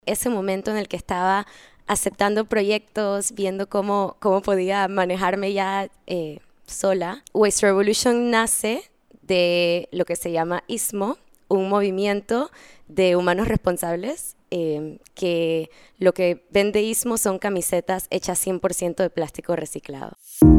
ese momento en el que estaba aceptando proyectos, viendo cómo podía manejarme ya sola. Waste Revolution nace de lo que se llama ISMO, un movimiento de humanos responsables, que lo que vende ISMO son camisetas hechas 100% de plástico reciclado.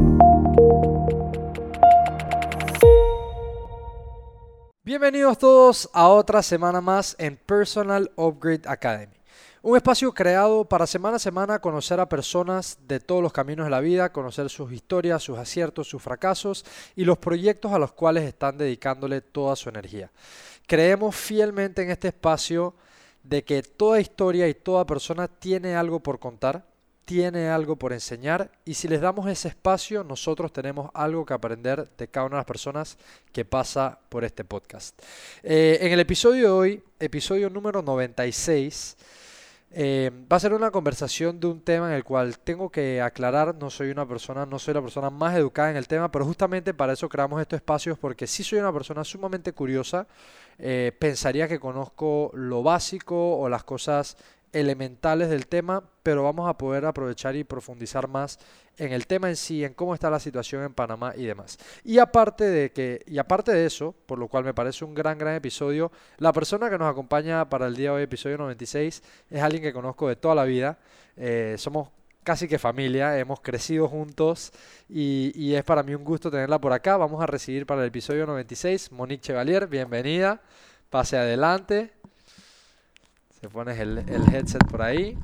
Bienvenidos todos a otra semana más en Personal Upgrade Academy. Un espacio creado para semana a semana conocer a personas de todos los caminos de la vida, conocer sus historias, sus aciertos, sus fracasos y los proyectos a los cuales están dedicándole toda su energía. Creemos fielmente en este espacio de que toda historia y toda persona tiene algo por contar, tiene algo por enseñar, y si les damos ese espacio, nosotros tenemos algo que aprender de cada una de las personas que pasa por este podcast. En el episodio de hoy, episodio número 96, va a ser una conversación de un tema en el cual tengo que aclarar, no soy la persona más educada en el tema, pero justamente para eso creamos estos espacios, porque sí soy una persona sumamente curiosa. Pensaría que conozco lo básico o las cosas elementales del tema, pero vamos a poder aprovechar y profundizar más en el tema en sí, en cómo está la situación en Panamá y demás. Y aparte de eso, por lo cual me parece un gran episodio, la persona que nos acompaña para el día de hoy, episodio 96, es alguien que conozco de toda la vida. Somos casi que familia, hemos crecido juntos y es para mí un gusto tenerla por acá. Vamos a recibir para el episodio 96 Monique Chevalier, bienvenida, pase adelante. Te pones el headset por ahí.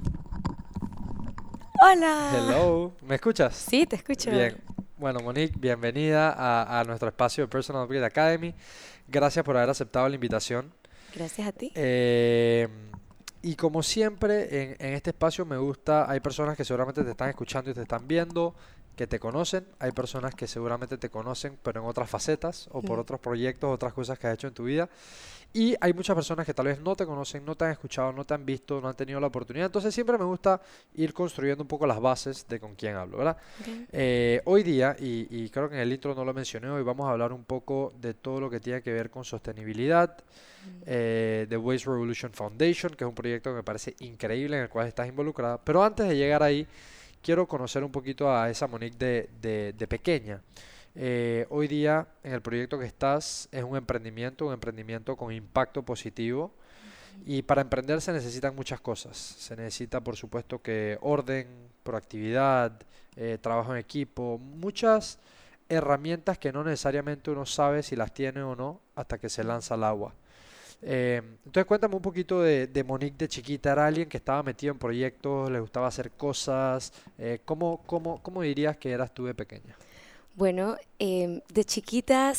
¡Hola! Hello, ¿me escuchas? Sí, te escucho. Bien. Bueno, Monique, bienvenida a nuestro espacio de Personal Upgrade Academy. Gracias por haber aceptado la invitación. Gracias a ti. Y como siempre, en este espacio me gusta, hay personas que seguramente te están escuchando y te están viendo, que te conocen. Hay personas que seguramente te conocen, pero en otras facetas o por otros proyectos, otras cosas que has hecho en tu vida. Y hay muchas personas que tal vez no te conocen, no te han escuchado, no te han visto, no han tenido la oportunidad. Entonces siempre me gusta ir construyendo un poco las bases de con quién hablo, ¿verdad? Okay. Hoy día, y creo que en el intro no lo mencioné, hoy vamos a hablar un poco de todo lo que tiene que ver con sostenibilidad, de Waste Revolution Foundation, que es un proyecto que me parece increíble en el cual estás involucrada. Pero antes de llegar ahí, quiero conocer un poquito a esa Monique de pequeña. Hoy día en el proyecto que estás es un emprendimiento con impacto positivo, y para emprender se necesitan muchas cosas. Se necesita, por supuesto, que orden, proactividad, trabajo en equipo, muchas herramientas que no necesariamente uno sabe si las tiene o no hasta que se lanza al agua. Entonces cuéntame un poquito de Monique de chiquita. ¿Era alguien que estaba metido en proyectos, le gustaba hacer cosas? ¿Cómo dirías que eras tú de pequeña? Bueno, de chiquita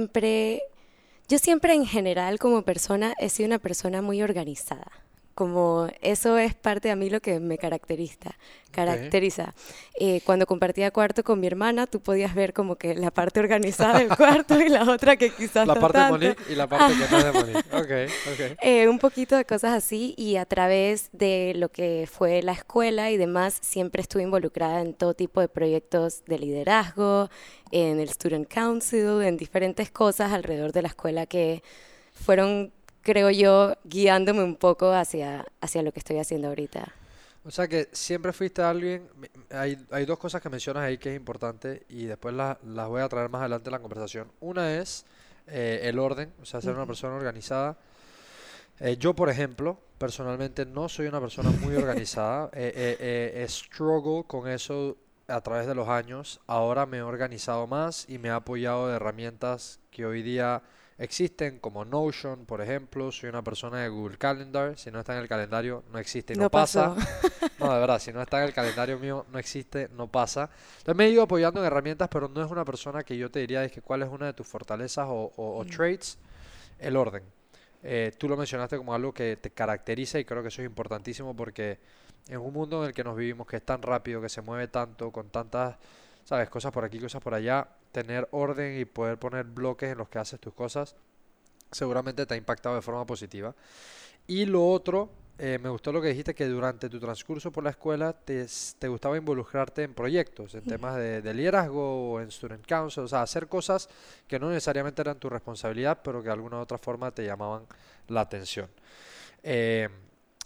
yo siempre en general como persona he sido una persona muy organizada. Como eso es parte de a mí lo que me Ok. caracteriza. Cuando compartía cuarto con mi hermana, tú podías ver como que la parte organizada del cuarto y la otra que quizás La no parte de tanto. Monique y la parte que no es de Monique. Ok. Un poquito de cosas así, y a través de lo que fue la escuela y demás, siempre estuve involucrada en todo tipo de proyectos de liderazgo, en el Student Council, en diferentes cosas alrededor de la escuela que fueron, creo yo, guiándome un poco hacia lo que estoy haciendo ahorita. O sea que siempre fuiste alguien, hay dos cosas que mencionas ahí que es importante y después las voy a traer más adelante en la conversación. Una es el orden, o sea, ser una Ujú. persona organizada. Yo, por ejemplo, personalmente no soy una persona muy organizada. Struggle con eso a través de los años. Ahora me he organizado más y me he apoyado de herramientas que hoy día existen, como Notion, por ejemplo. Soy una persona de Google Calendar. Si no está en el calendario, no existe y no No pasó. pasa. No, de verdad, si no está en el calendario mío, no existe, no pasa. Entonces me he ido apoyando en herramientas, pero no es una persona que yo te diría es que cuál es una de tus fortalezas o traits. El orden. Tú lo mencionaste como algo que te caracteriza y creo que eso es importantísimo porque en un mundo en el que nos vivimos, que es tan rápido, que se mueve tanto, con tantas, sabes, cosas por aquí, cosas por allá, tener orden y poder poner bloques en los que haces tus cosas, seguramente te ha impactado de forma positiva. Y lo otro, me gustó lo que dijiste, que durante tu transcurso por la escuela te gustaba involucrarte en proyectos, en temas de liderazgo o en Student Council, o sea, hacer cosas que no necesariamente eran tu responsabilidad, pero que de alguna u otra forma te llamaban la atención. Eh,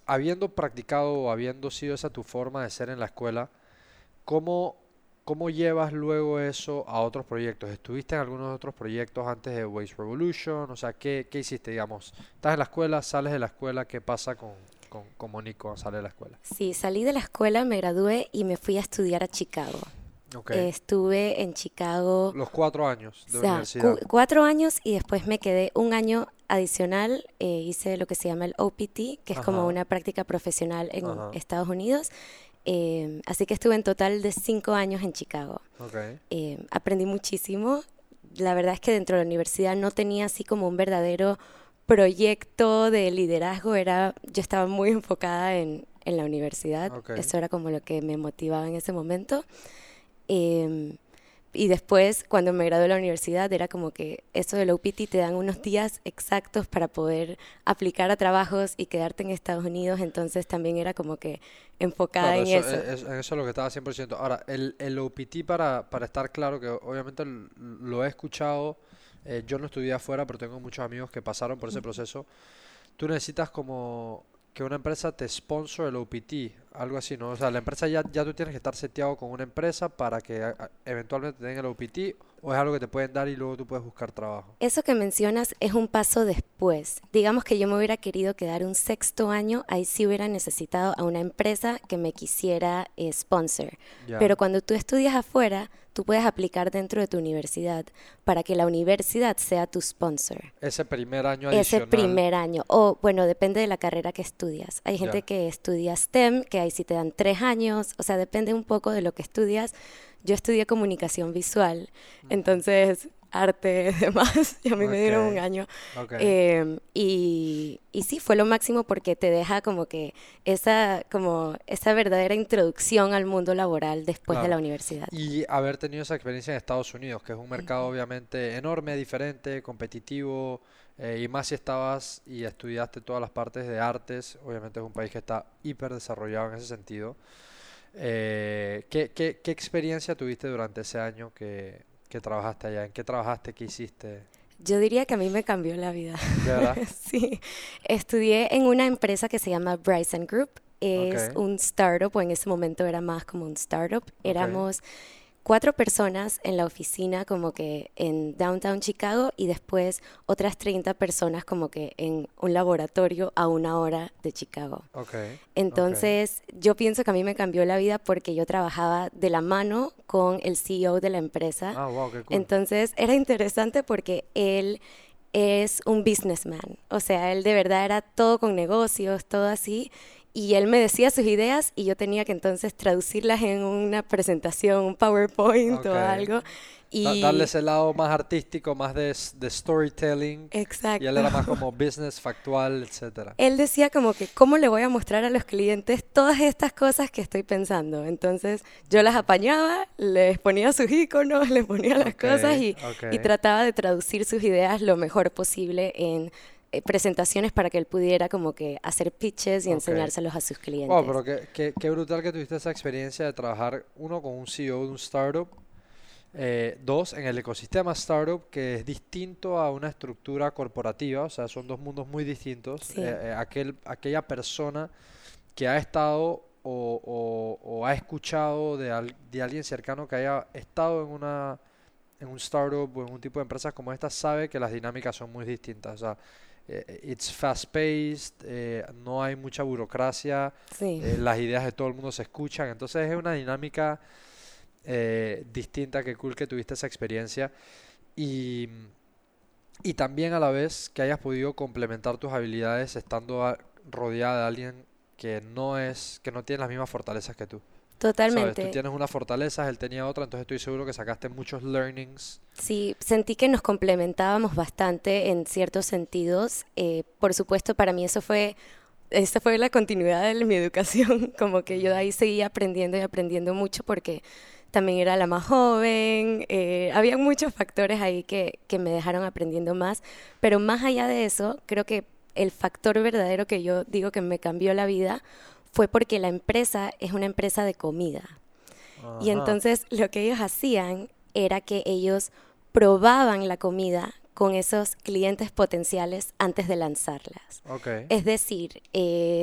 habiendo practicado o habiendo sido esa tu forma de ser en la escuela, ¿cómo, cómo llevas luego eso a otros proyectos? ¿Estuviste en algunos otros proyectos antes de Waste Revolution? O sea, ¿qué hiciste, digamos? ¿Estás en la escuela, sales de la escuela? ¿Qué pasa con Monique cuando sale de la escuela? Sí, salí de la escuela, me gradué y me fui a estudiar a Chicago. Ok. Estuve en Chicago, Los 4 años o de sea, universidad. 4 años y después me quedé un año adicional. Hice lo que se llama el OPT, que es como Ajá, una práctica profesional en ajá. Estados Unidos. Así que estuve en total de 5 años en Chicago. Ok. Aprendí muchísimo. La verdad es que dentro de la universidad no tenía así como un verdadero proyecto de liderazgo. Yo estaba muy enfocada en la universidad. Ok. Eso era como lo que me motivaba en ese momento. Em, y después, cuando me gradué de la universidad, era como que eso del OPT te dan unos días exactos para poder aplicar a trabajos y quedarte en Estados Unidos. Entonces también era como que enfocada Claro, en eso. en eso es lo que estaba 100%. Ahora, el OPT, para estar claro, que obviamente lo he escuchado, yo no estudié afuera, pero tengo muchos amigos que pasaron por ese proceso. Tú necesitas como que una empresa te sponsor el OPT, algo así, ¿no? O sea, la empresa ya tú tienes que estar seteado con una empresa para que eventualmente te den el OPT, o es algo que te pueden dar y luego tú puedes buscar trabajo. Eso que mencionas es un paso después. Digamos que yo me hubiera querido quedar un sexto año, ahí sí hubiera necesitado a una empresa que me quisiera sponsor. Pero Ya. cuando tú estudias afuera, tú puedes aplicar dentro de tu universidad para que la universidad sea tu sponsor. Ese primer año Ese adicional, primer año, o bueno, depende de la carrera que estudias. Hay gente ya. que estudia STEM, que ahí sí te dan 3 años, o sea, depende un poco de lo que estudias. Yo estudié comunicación visual, Ujú. entonces arte, demás, y a mí me Ok, dieron un año. ok. Y sí, fue lo máximo porque te deja como esa verdadera introducción al mundo laboral después de la Claro. universidad. Y haber tenido esa experiencia en Estados Unidos, que es un mercado obviamente enorme, diferente, competitivo, y más si estabas y estudiaste todas las partes de artes, obviamente es un país que está hiper desarrollado en ese sentido. ¿Qué experiencia tuviste durante ese año que trabajaste allá? ¿En qué trabajaste? ¿Qué hiciste? Yo diría que a mí me cambió la vida. ¿De verdad? Sí, estudié en una empresa que se llama Bryson Group. Ok, Es un startup, o en ese momento era más como un startup. ok, Éramos 4 personas en la oficina como que en Downtown Chicago y después otras 30 personas como que en un laboratorio a 1 hora de Chicago. ok, ok. Entonces, yo pienso que a mí me cambió la vida porque yo trabajaba de la mano con el CEO de la empresa. Ah, wow, qué cool. Entonces, era interesante porque él es un businessman. O sea, él de verdad era todo con negocios, todo así. Y él me decía sus ideas y yo tenía que entonces traducirlas en una presentación, un PowerPoint Ok. o algo. Darle Y ese lado más artístico, más de storytelling, y él exacto. era más como business, factual, etcétera. Él decía como que, ¿cómo le voy a mostrar a los clientes todas estas cosas que estoy pensando? Entonces yo las apañaba, les ponía sus iconos, les ponía las Ok, cosas ok. y trataba de traducir sus ideas lo mejor posible en presentaciones para que él pudiera como que hacer pitches y Ok. enseñárselos a sus Wow, clientes. pero qué brutal que tuviste esa experiencia de trabajar, uno, con un CEO de un startup, dos, en el ecosistema startup, que es distinto a una estructura corporativa, o sea, son dos mundos muy distintos. Sí, Aquella persona que ha estado o ha escuchado de alguien cercano que haya estado en un startup o en un tipo de empresas como esta, sabe que las dinámicas son muy distintas. O sea, it's fast-paced, no hay mucha burocracia, sí. las ideas de todo el mundo se escuchan. Entonces es una dinámica distinta. Qué cool que tuviste esa experiencia. Y, y también a la vez que hayas podido complementar tus habilidades estando rodeada de alguien que no tiene las mismas fortalezas que tú. ¿Sabes? Tú Totalmente. tienes unas fortalezas, él tenía otra, entonces estoy seguro que sacaste muchos learnings. Sí, sentí que nos complementábamos bastante en ciertos sentidos. Por supuesto, para mí esa fue la continuidad de mi educación, como que yo de Ujú. ahí seguía aprendiendo y aprendiendo mucho porque también era la más joven, había muchos factores ahí que me dejaron aprendiendo más, pero más allá de eso, creo que el factor verdadero que yo digo que me cambió la vida fue porque la empresa es una empresa de comida. Y Ajá, entonces lo que ellos hacían era que ellos probaban la comida con esos clientes potenciales antes de lanzarlas. ok, Es decir,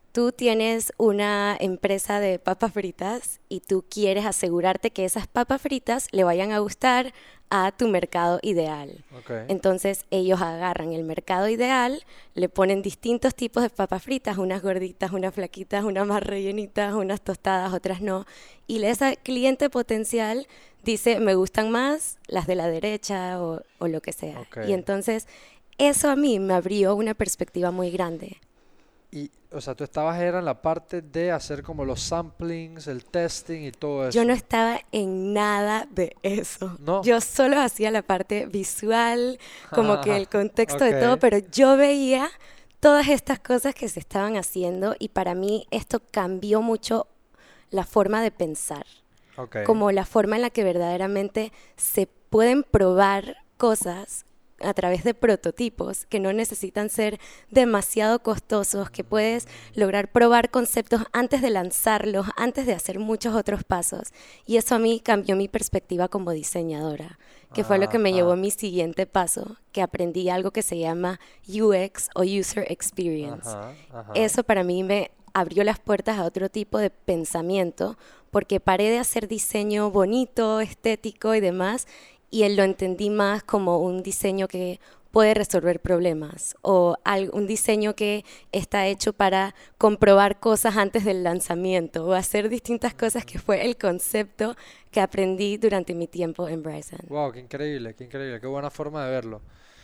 tú tienes una empresa de papas fritas y tú quieres asegurarte que esas papas fritas le vayan a gustar a tu mercado ideal. Ok. Entonces ellos agarran el mercado ideal, le ponen distintos tipos de papas fritas, unas gorditas, unas flaquitas, unas más rellenitas, unas tostadas, otras no. Y ese cliente potencial dice, me gustan más las de la derecha o lo que sea. Ok. Y entonces eso a mí me abrió una perspectiva muy grande. Y, o sea, tú era en la parte de hacer como los samplings, el testing y todo Yo no eso. estaba en nada de eso. ¿No? Yo solo hacía la parte visual, como que el contexto de todo, Ok. pero yo veía todas estas cosas que se estaban haciendo y para mí esto cambió mucho la forma de pensar, Ok. como la forma en la que verdaderamente se pueden probar cosas a través de prototipos que no necesitan ser demasiado costosos, que puedes lograr probar conceptos antes de lanzarlos, antes de hacer muchos otros pasos. Y eso a mí cambió mi perspectiva como diseñadora, que fue lo que me llevó a Ajá. mi siguiente paso, que aprendí algo que se llama UX o User Experience. Ajá. Ajá. Eso para mí me abrió las puertas a otro tipo de pensamiento, porque paré de hacer diseño bonito, estético y demás, y él lo entendí más como un diseño que puede resolver problemas o un diseño que está hecho para comprobar cosas antes del lanzamiento o hacer distintas cosas que fue el concepto que aprendí durante mi tiempo en Bryson. Wow, qué increíble, qué buena forma de verlo.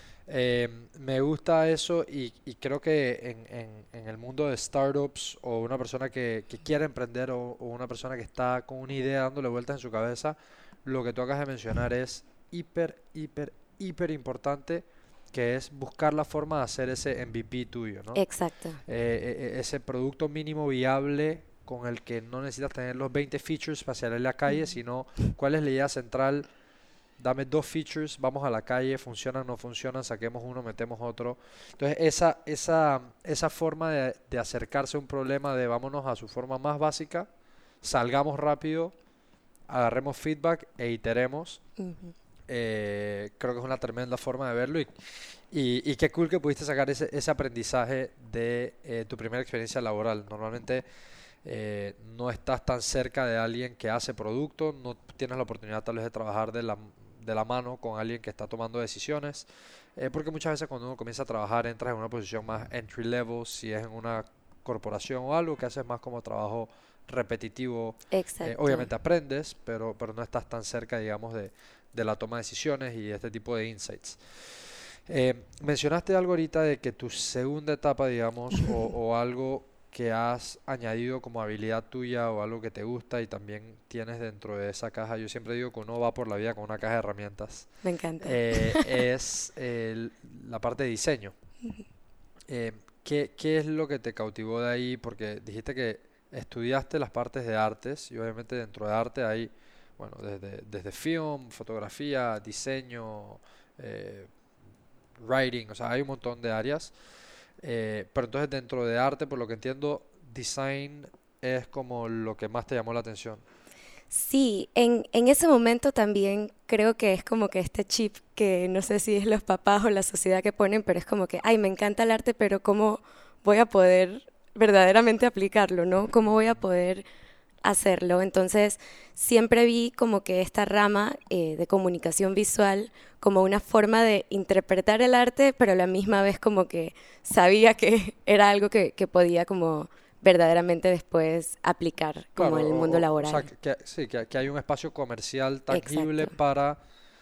Me gusta eso y creo que en el mundo de startups o una persona que quiere emprender o una persona que está con una idea dándole vueltas en su cabeza, lo que tú acabas de mencionar es hiper importante, que es buscar la forma de hacer ese MVP tuyo, ¿no? Exacto. Ese producto mínimo viable con el que no necesitas tener los 20 features para salir a la calle, sino cuál es la idea central. Dame dos features, vamos a la calle, funcionan, no funcionan, saquemos uno, metemos otro. Entonces, esa forma de acercarse a un problema, de vámonos a su forma más básica, salgamos rápido, agarremos feedback e iteremos, Ujú. creo que es una tremenda forma de verlo y qué cool que pudiste sacar ese aprendizaje de tu primera experiencia laboral. Normalmente no estás tan cerca de alguien que hace producto, no tienes la oportunidad tal vez de trabajar de la mano con alguien que está tomando decisiones, porque muchas veces cuando uno comienza a trabajar entras en una posición más entry level, si es en una corporación o algo que haces más como trabajo repetitivo, Exacto. obviamente aprendes, pero no estás tan cerca, digamos, de la toma de decisiones y este tipo de insights. Mencionaste algo ahorita de que tu segunda etapa, digamos, o algo que has añadido como habilidad tuya o algo que te gusta y también tienes dentro de esa caja. Yo siempre digo que uno va por la vida con una caja de herramientas. Me encanta. Es la parte de diseño. Eh, ¿qué es lo que te cautivó de ahí? Porque dijiste que estudiaste las partes de artes y obviamente dentro de arte hay, bueno, desde film, fotografía, diseño, eh, writing, o sea, hay un montón de áreas. Pero entonces dentro de arte, por lo que entiendo, design es como lo que más te llamó la atención. Sí, en ese momento también creo que es como que este chip que no sé si es los papás o la sociedad que ponen, pero es como que, ay, me encanta el arte, pero ¿cómo voy a poder verdaderamente aplicarlo, ¿no? ¿Cómo voy a poder hacerlo? Entonces, siempre vi como que esta rama de comunicación visual como una forma de interpretar el arte, pero a la misma vez como que sabía que era algo que podía como verdaderamente después aplicar como Claro, en el mundo o sea, laboral. sí, que hay un espacio comercial Exacto. tangible para,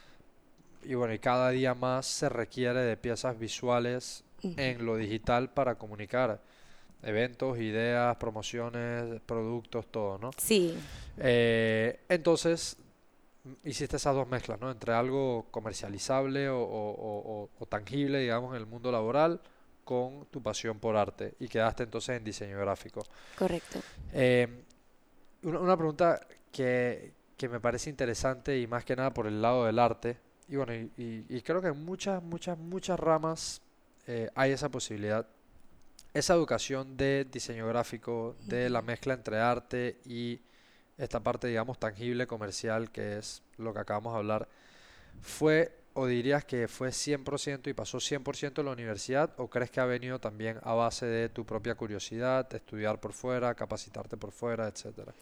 y bueno, y cada día más se requiere de piezas visuales Ujú. en lo digital para comunicar eventos, ideas, promociones, productos, todo, ¿no? Sí, Entonces, hiciste esas dos mezclas, ¿no? Entre algo comercializable o tangible, digamos, en el mundo laboral, con tu pasión por arte y quedaste entonces en diseño gráfico. correcto. Eh, una pregunta que me parece interesante y más que nada por el lado del arte, y bueno, y creo que en muchas ramas hay esa posibilidad. Esa educación de diseño gráfico, de la mezcla entre arte y esta parte, digamos, tangible, comercial, que es lo que acabamos de hablar, fue o dirías que fue 100% y pasó 100% en la universidad, o crees que ha venido también a base de tu propia curiosidad, estudiar por fuera, capacitarte por fuera, etcétera?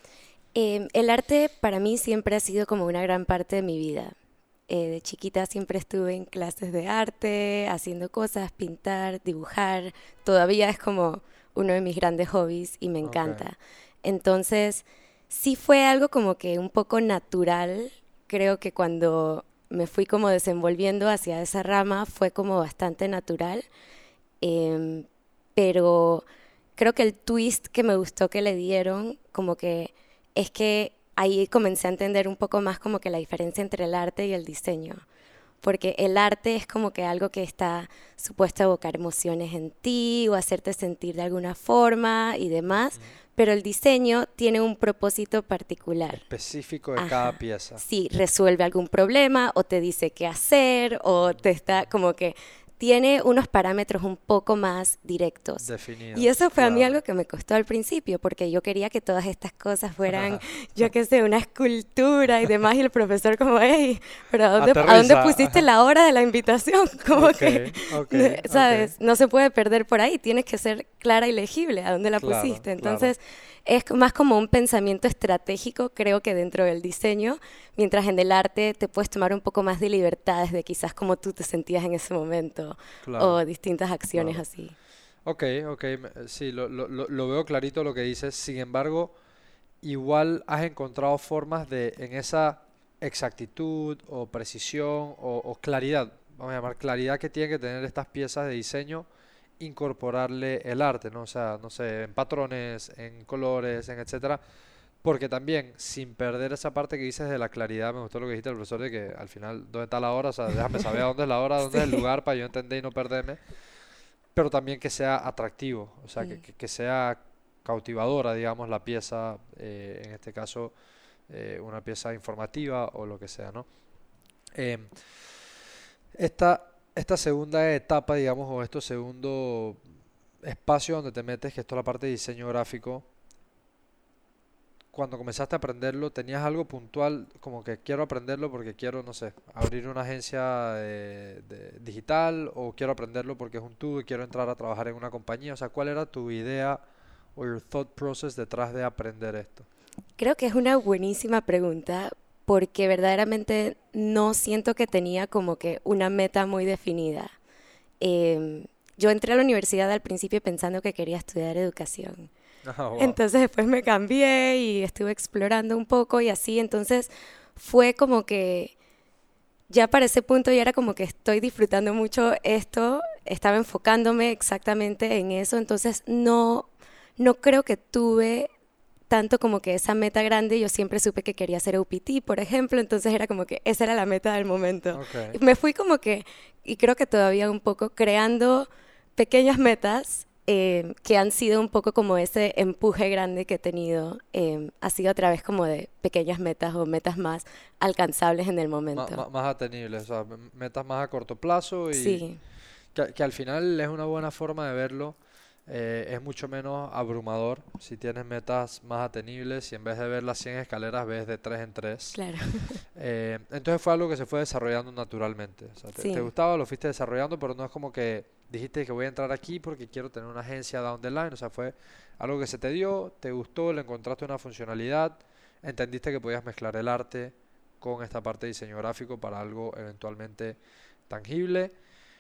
El arte para mí siempre ha sido como una gran parte de mi vida. De chiquita siempre estuve en clases de arte, haciendo cosas, pintar, dibujar. Todavía es como uno de mis grandes hobbies y me Ok, encanta. Entonces, sí fue algo como que un poco natural. Creo que cuando me fui como desenvolviendo hacia esa rama fue como bastante natural. Em, pero creo que el twist que me gustó que le dieron, como que es que ahí comencé a entender un poco más como que la diferencia entre el arte y el diseño. Porque el arte es como que algo que está supuesto a evocar emociones en ti o hacerte sentir de alguna forma y demás, ujú. pero el diseño tiene un propósito particular. Específico de cada Ajá. pieza. Sí, resuelve algún problema o te dice qué hacer o te está como que tiene unos parámetros un poco más directos. Y Definidos, eso fue a mí claro. algo que me costó al principio, porque yo quería que todas estas cosas fueran, yo qué sé, una escultura y demás, y el profesor como, hey, pero a dónde Aterriza. pusiste la hora de la invitación? Como Ok, que, ok, ok. ¿sabes? No se puede perder por ahí, tienes que ser clara y legible a dónde la Claro, pusiste. claro. Entonces, es más como un pensamiento estratégico, creo que dentro del diseño, mientras en el arte te puedes tomar un poco más de libertades de quizás cómo tú te sentías en ese momento Claro, o distintas acciones claro. así. Ok, ok, sí, lo veo clarito lo que dices. Sin embargo, igual has encontrado formas de, en esa exactitud o precisión o claridad, vamos a llamar claridad que tienen que tener estas piezas de diseño, incorporarle el arte, ¿no? O sea, no sé, en patrones, en colores, en etcétera. Porque también, sin perder esa parte que dices de la claridad, me gustó lo que dijiste el profesor de que al final, ¿dónde está la hora? O sea, déjame saber a dónde es la hora, dónde es el Sí. lugar para yo entender y no perderme, pero también que sea atractivo, o sea, Mm. que sea cautivadora, digamos, la pieza, en este caso, una pieza informativa o lo que sea, ¿no? Em, esta segunda etapa, digamos, o este segundo espacio donde te metes, que esto es la parte de diseño gráfico, cuando comenzaste a aprenderlo, ¿tenías algo puntual como que quiero aprenderlo porque quiero, no sé, abrir una agencia digital o quiero aprenderlo porque es un tubo y quiero entrar a trabajar en una compañía? O sea, ¿cuál era tu idea o your thought process detrás de aprender esto? Creo que es una buenísima pregunta porque verdaderamente no siento que tenía como que una meta muy definida. Em, yo entré a la universidad al principio pensando que quería estudiar educación. Ah, wow. Entonces después me cambié y estuve explorando un poco y así. Entonces fue como que ya para ese punto ya era como que estoy disfrutando mucho esto, estaba enfocándome exactamente en eso. Entonces no creo que tuve tanto como que esa meta grande. Yo siempre supe que quería ser OPT, por ejemplo, entonces era como que esa era la meta del momento. Ok, Y me fui como que, y creo que todavía un poco creando pequeñas metas que han sido un poco como ese empuje grande que he tenido. Ha sido a través como de pequeñas metas o metas más alcanzables en el momento. más atenible, o sea, metas más a corto plazo y Sí, que al final es una buena forma de verlo. Es mucho menos abrumador si tienes metas más atenibles y en vez de ver las 100 escaleras ves de 3 en 3. claro. Entonces fue algo que se fue desarrollando naturalmente. O sea, te Sí. gustaba, lo fuiste desarrollando, pero no es como que dijiste que voy a entrar aquí porque quiero tener una agencia down the line. O sea, fue algo que se te dio, te gustó, le encontraste una funcionalidad, entendiste que podías mezclar el arte con esta parte de diseño gráfico para algo eventualmente tangible.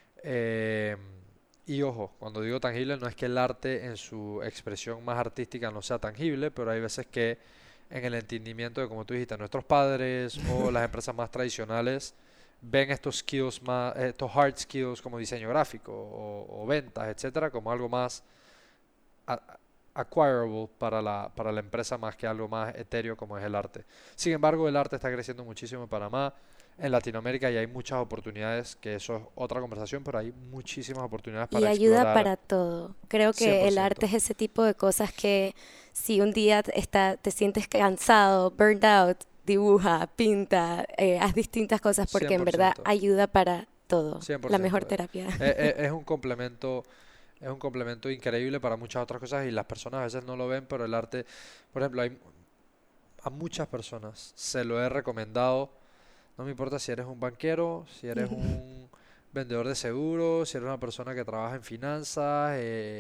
Eh, y ojo, cuando digo tangible no es que el arte en su expresión más artística no sea tangible, pero hay veces que en el entendimiento de, como tú dijiste, nuestros padres o las empresas más tradicionales ven estos skills más, estos hard skills como diseño gráfico o ventas, etcétera, como algo más a- acquirable para la empresa más que algo más etéreo como es el arte. Sin embargo, el arte está creciendo muchísimo en Panamá, en Latinoamérica y hay muchas oportunidades, que eso es otra conversación, pero hay muchísimas oportunidades Y para ayuda explorar para todo. Creo que el arte 100%. es ese tipo de cosas que si un día te sientes cansado, burned out, dibuja, pinta, haz distintas cosas porque en verdad 100%. ayuda para todo. La mejor 100%. terapia. Es un complemento increíble para muchas otras cosas y las personas a veces no lo ven, pero el arte, por ejemplo, a muchas personas se lo he recomendado No me importa si eres un banquero, si eres un vendedor de seguros, si eres una persona que trabaja en finanzas,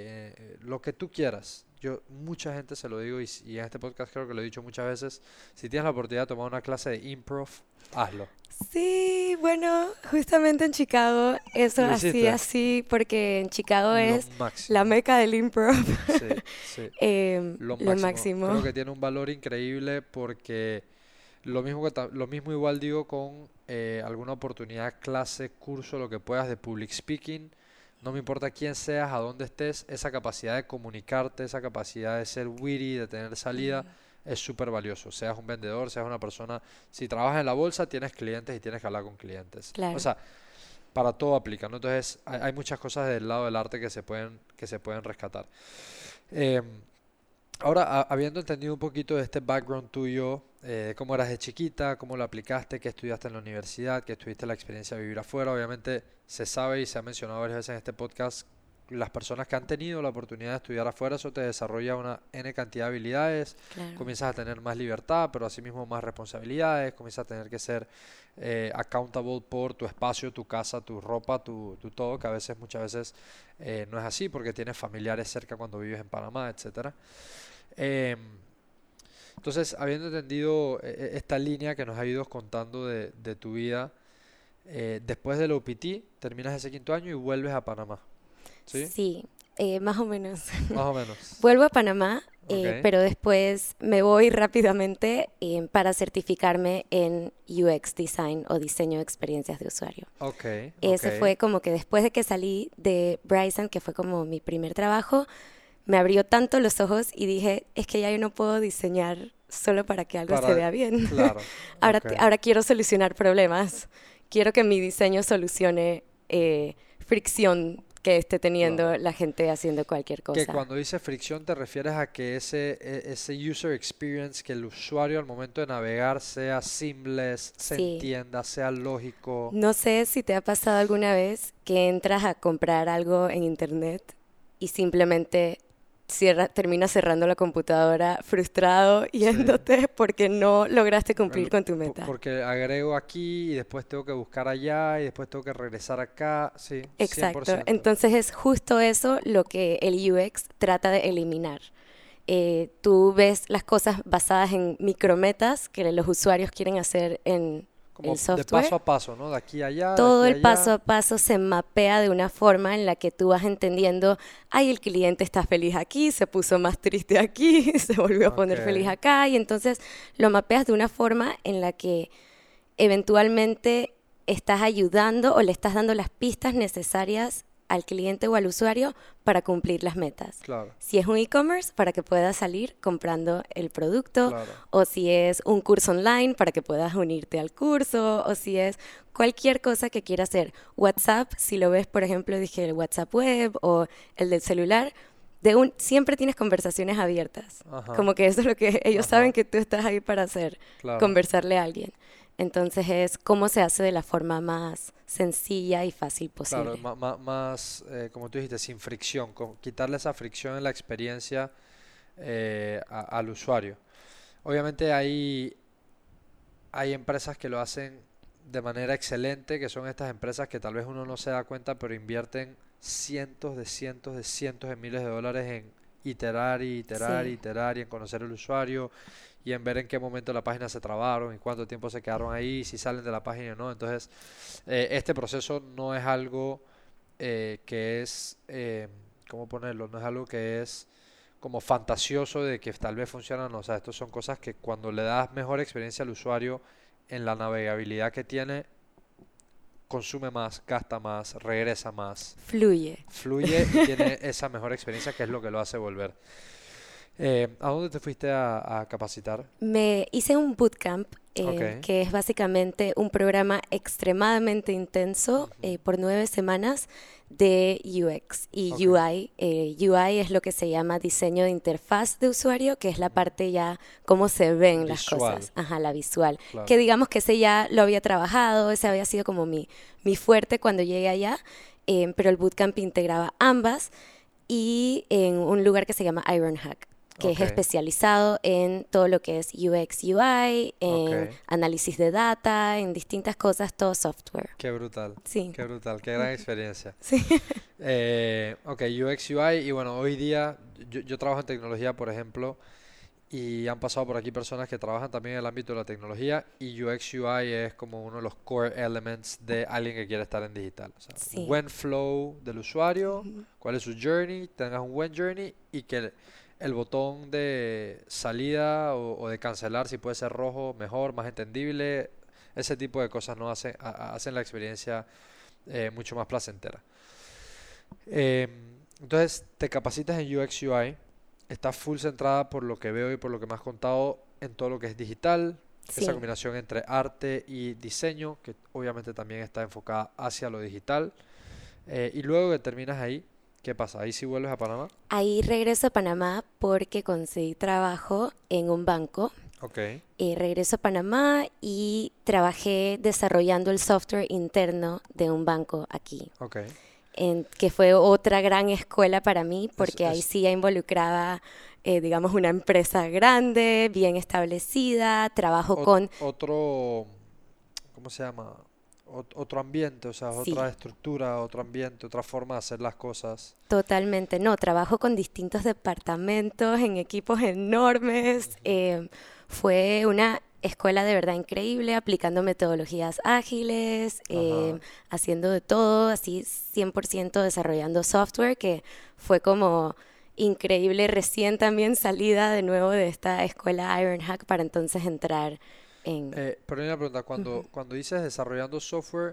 lo que tú quieras. Yo, mucha gente se lo digo y en este podcast creo que lo he dicho muchas veces. Si tienes la oportunidad de tomar una clase de improv, hazlo. Sí, bueno, justamente en Chicago eso ¿Lo hiciste? hacía así, porque en Chicago Lo es la máximo. meca del improv, Sí, sí. Lo lo máximo. Creo máximo. que tiene un valor increíble porque lo mismo lo mismo igual digo con alguna oportunidad, clase, curso, lo que puedas de public speaking. No me importa quién seas, a dónde estés, esa capacidad de comunicarte, esa capacidad de ser witty, de tener salida, es súper valioso. Seas un vendedor, seas una persona, si trabajas en la bolsa, tienes clientes y tienes que hablar con clientes. O Claro. sea, para todo aplica, ¿no? Entonces, hay muchas cosas del lado del arte que se pueden rescatar. Em, Ahora, habiendo entendido un poquito de este background tuyo, cómo eras de chiquita, cómo lo aplicaste, qué estudiaste en la universidad, qué tuviste la experiencia de vivir afuera, obviamente se sabe y se ha mencionado varias veces en este podcast, las personas que han tenido la oportunidad de estudiar afuera, eso te desarrolla una N cantidad de habilidades, Claro. comienzas a tener más libertad, pero asimismo más responsabilidades, comienzas a tener que ser accountable por tu espacio, tu casa, tu ropa, tu todo, que a veces, muchas veces no es así porque tienes familiares cerca cuando vives en Panamá, etcétera. Em, entonces, habiendo entendido esta línea que nos ha ido contando de tu vida, después del OPT terminas ese quinto año y vuelves a Panamá, ¿sí? Sí, más o menos. Más o menos. Vuelvo a Panamá, Ok, pero después me voy rápidamente para certificarme en UX Design o diseño de experiencias de usuario. ok, ok. Ese fue como que después de que salí de Bryson, que fue como mi primer trabajo, me abrió tanto los ojos y dije, es que ya yo no puedo diseñar solo para que algo se Para, vea bien. claro, Ahora, ok. ahora quiero solucionar problemas. Quiero que mi diseño solucione fricción que esté Claro. teniendo la gente haciendo cualquier Que cosa. cuando dices fricción te refieres a que ese user experience, que el usuario al momento de navegar sea seamless, se Sí. entienda, sea lógico. No sé si te ha pasado alguna vez que entras a comprar algo en internet y simplemente terminas cerrando la computadora frustrado Sí. yéndote porque no lograste cumplir con tu meta. Porque agrego aquí y después tengo que buscar allá y después tengo que regresar acá. Sí, cien por Exacto. ciento Entonces es justo eso lo que el UX trata de eliminar. Tú ves las cosas basadas en micrometas que los usuarios quieren hacer en el Como de software. paso a paso, ¿no? De aquí a allá, de Todo aquí a el paso allá. a paso se mapea de una forma en la que tú vas entendiendo, ay, el cliente está feliz aquí, se puso más triste aquí, se volvió a Ok, poner feliz acá, y entonces lo mapeas de una forma en la que eventualmente estás ayudando o le estás dando las pistas necesarias al cliente o al usuario para cumplir las metas. claro, Si es un e-commerce, para que puedas salir comprando el producto, claro. o si es un curso online, para que puedas unirte al curso, o si es cualquier cosa que quieras hacer. WhatsApp, si lo ves, por ejemplo, dije el WhatsApp web o el del celular, siempre tienes conversaciones abiertas. Ajá, Como que eso es lo que ellos saben ajá, que tú estás ahí para hacer, claro. conversarle a alguien. Entonces es cómo se hace de la forma más sencilla y fácil Claro, posible. más, como tú dijiste, sin fricción, quitarle esa fricción en la experiencia al usuario. Obviamente hay empresas que lo hacen de manera excelente, que son estas empresas que tal vez uno no se da cuenta, pero invierten cientos de miles de dólares en iterar y iterar y Sí, iterar y en conocer el usuario y en ver en qué momento la página se trabaron y cuánto tiempo se quedaron ahí, si salen de la página o no. Entonces, este proceso no es algo que es, ¿cómo ponerlo? No es algo que es como fantasioso de que tal vez funcionan, o sea, estos son cosas que cuando le das mejor experiencia al usuario en la navegabilidad que tiene, consume más, gasta más, regresa más, fluye. fluye y tiene esa mejor experiencia que es lo que lo hace volver. ¿A dónde te fuiste a capacitar? Me hice un bootcamp, Ok. que es básicamente un programa extremadamente intenso Ujú. por 9 semanas de UX y Ok. UI. UI es lo que se llama diseño de interfaz de usuario, que es la parte ya cómo se ven las Visual, cosas, ajá, la visual. Que claro. digamos que ese ya lo había trabajado, ese había sido como mi fuerte cuando llegué allá, pero el bootcamp integraba ambas y en un lugar que se llama Ironhack. que es Ok, especializado en todo lo que es UX, UI, en ok. análisis de data, en distintas cosas, todo software. Sí, Qué brutal, qué gran experiencia. sí. Ok, UX, UI y bueno, hoy día yo trabajo en tecnología, por ejemplo, y han pasado por aquí personas que trabajan también en el ámbito de la tecnología y UX, UI es como uno de los core elements de alguien que quiere estar en digital. O sea, un Sí. buen flow del usuario, Ujú. cuál es su journey, tengas un buen journey y que el botón de salida o de cancelar, si puede ser rojo, mejor, más entendible. Ese tipo de cosas no hacen la experiencia mucho más placentera. Em, entonces, te capacitas en UX UI, estás full centrada por lo que veo y por lo que me has contado en todo lo que es digital, esa Sí. combinación entre arte y diseño, que obviamente también está enfocada hacia lo digital. Y luego que terminas ahí, ¿qué pasa? Ahí sí vuelves a Panamá. Ahí regreso a Panamá porque conseguí trabajo en un banco. Ok, Regreso a Panamá y trabajé desarrollando el software interno de un banco aquí, ok. que fue otra gran escuela para mí Es, porque ahí es sí ya involucraba, digamos, una empresa grande, bien establecida, trabajo con, otro, ¿cómo se llama? Otro ambiente, o sea, sí, otra estructura, otro ambiente, otra forma de hacer las cosas. totalmente, no, trabajo con distintos departamentos en equipos enormes. Ujú. Fue una escuela de verdad increíble, aplicando metodologías ágiles, Ajá. haciendo de todo, así 100% desarrollando software, que fue como increíble, recién también salida de nuevo de esta escuela Ironhack para entonces entrar en... Pero hay una pregunta, Ujú. cuando dices desarrollando software,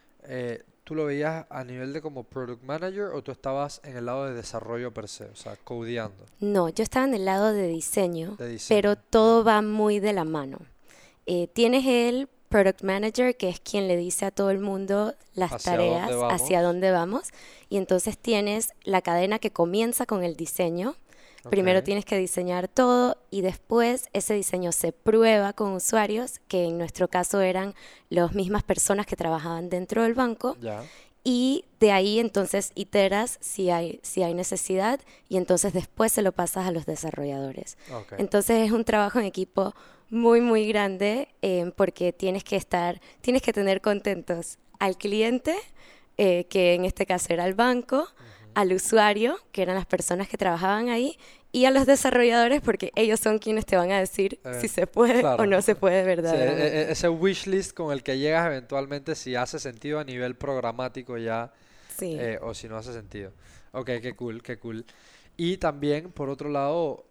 ¿tú lo veías a nivel de como product manager o tú estabas en el lado de desarrollo per se, o sea, codeando, No, yo estaba en el lado de diseño, de pero diseño? Ya. todo va muy de la mano. Tienes el Product Manager, que es quien le dice a todo el mundo las ¿Hacia dónde tareas, hacia vamos? dónde vamos, y entonces tienes la cadena que comienza con el diseño. Ok, Primero tienes que diseñar todo y después ese diseño se prueba con usuarios, que en nuestro caso eran las mismas personas que trabajaban dentro del banco, ya, y de ahí entonces iteras si hay necesidad y entonces después se lo pasas a los desarrolladores. ok. Entonces es un trabajo en equipo muy, muy grande porque tienes que tener contentos al cliente, que en este caso era el banco, Ujú. al usuario, que eran las personas que trabajaban ahí, y a los desarrolladores porque ellos son quienes te van a decir si Eh, se puede o claro, no se puede sí, verdaderamente. ese wish list con el que llegas eventualmente si hace sentido a nivel programático ya Sí. o si no hace sentido. Ok, qué cool, qué cool. Y también, por otro lado,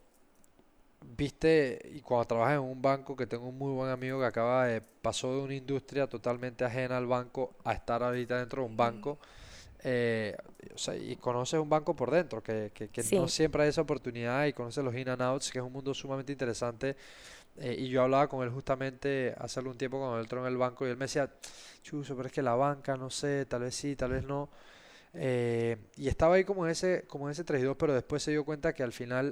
viste, y cuando trabajas en un banco, que tengo un muy buen amigo que pasó de una industria totalmente ajena al banco a estar ahorita dentro de un banco, eh, o sea, y conoces un banco por dentro, que no Sí. siempre hay esa oportunidad y conoces los in and outs, que es un mundo sumamente interesante. Y yo hablaba con él justamente hace algún tiempo cuando él entró en el banco y él me decía, Chuso, pero es que la banca, no sé, tal vez sí, tal vez no. Y estaba ahí como en ese 3 y 2, pero después se dio cuenta que al final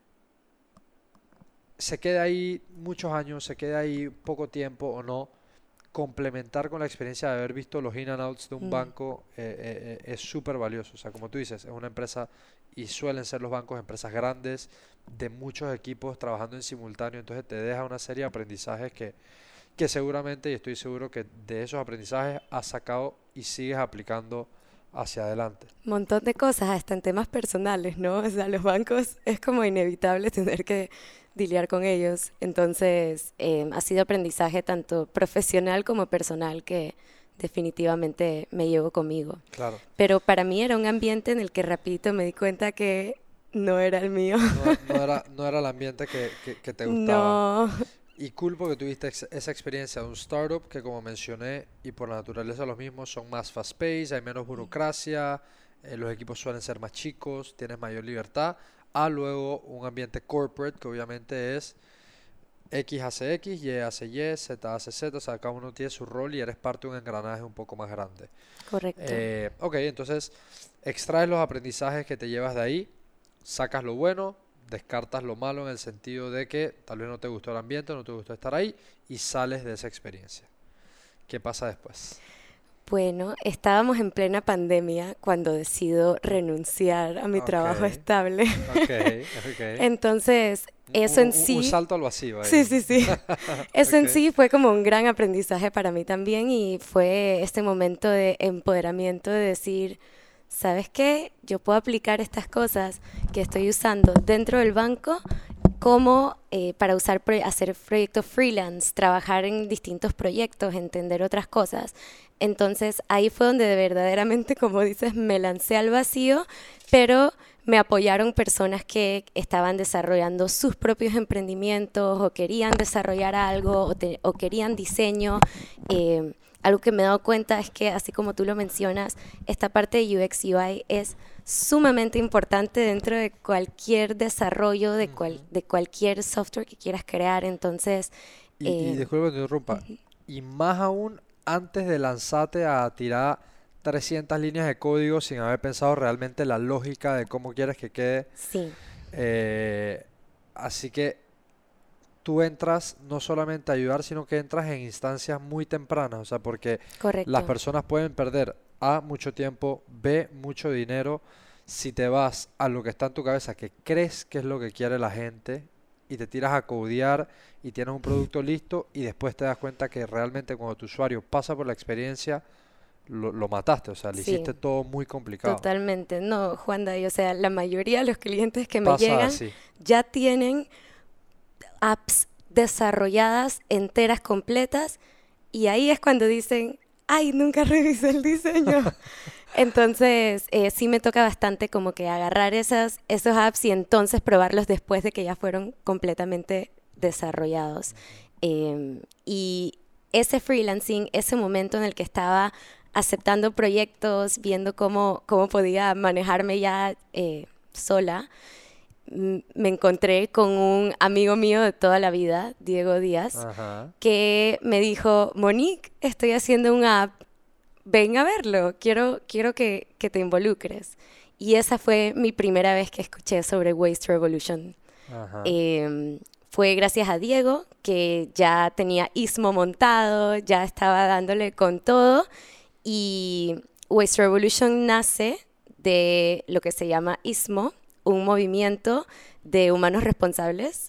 se queda ahí muchos años, se queda ahí poco tiempo o no, complementar con la experiencia de haber visto los in and outs de un Mm. banco es súper valioso. O sea, como tú dices, es una empresa y suelen ser los bancos empresas grandes de muchos equipos trabajando en simultáneo, entonces te deja una serie de aprendizajes que seguramente, y estoy seguro que de esos aprendizajes has sacado y sigues aplicando hacia adelante. Montón de cosas, hasta en temas personales, ¿no? O sea, los bancos es como inevitable tener que lidiar con ellos. Entonces, ha sido aprendizaje tanto profesional como personal que definitivamente me llevo conmigo. Claro, Pero para mí era un ambiente en el que rapidito me di cuenta que no era el mío. no era el ambiente que te gustaba. No, Y cool porque tuviste esa experiencia de un startup que como mencioné y por la naturaleza de los mismos son más fast paced, hay menos burocracia, los equipos suelen ser más chicos, tienes mayor libertad, a luego un ambiente corporate que obviamente es X hace X, Y hace Y, Z hace Z, o sea, cada uno tiene su rol y eres parte de un engranaje un poco más grande. correcto. Ok, entonces extraes los aprendizajes que te llevas de ahí, sacas lo bueno, descartas lo malo en el sentido de que tal vez no te gustó el ambiente, no te gustó estar ahí y sales de esa experiencia. ¿Qué pasa después? Bueno, estábamos en plena pandemia cuando decido renunciar a mi Ok, trabajo estable. ok, ok. Entonces, Un, eso en un sí, salto al vacío sí, ahí. sí, sí. Eso en Ok. sí fue como un gran aprendizaje para mí también y fue este momento de empoderamiento de decir, ¿sabes qué? Yo puedo aplicar estas cosas que estoy usando dentro del banco como para hacer proyectos freelance, trabajar en distintos proyectos, entender otras cosas. Entonces ahí fue donde de verdaderamente, como dices, me lancé al vacío, pero me apoyaron personas que estaban desarrollando sus propios emprendimientos o querían desarrollar algo o querían diseño. Algo que me he dado cuenta es que, así como tú lo mencionas, esta parte de UX UI es sumamente importante dentro de cualquier desarrollo, Ujú. de cualquier software que quieras crear. Entonces, Y eh, disculpa que te interrumpa. Y más aún antes de lanzarte a tirar 300 líneas de código sin haber pensado realmente la lógica de cómo quieres que quede. sí, Eh, Así que tú entras no solamente a ayudar, sino que entras en instancias muy tempranas. O sea, porque las correcto, personas pueden perder A, mucho tiempo, B, mucho dinero, si te vas a lo que está en tu cabeza, que crees que es lo que quiere la gente, y te tiras a codear y tienes un producto listo, y después te das cuenta que realmente cuando tu usuario pasa por la experiencia, lo mataste. O sea, le sí, hiciste todo muy complicado. totalmente. No, Juanda, y o sea, la mayoría de los clientes que me Pasa llegan así. ya tienen apps desarrolladas, enteras, completas, y ahí es cuando dicen, ay, nunca revisé el diseño. Entonces, sí me toca bastante como que agarrar esos apps y entonces probarlos después de que ya fueron completamente desarrollados. Y ese freelancing, ese momento en el que estaba aceptando proyectos, viendo cómo podía manejarme ya sola, me encontré con un amigo mío de toda la vida, Diego Díaz, Ajá. que me dijo, Monique, estoy haciendo un app, ven a verlo, quiero que te involucres. Y esa fue mi primera vez que escuché sobre Waste Revolution. Ajá. Eh, Fue gracias a Diego, que ya tenía Ismo montado, ya estaba dándole con todo. Y Waste Revolution nace de lo que se llama Ismo, un movimiento de humanos responsables,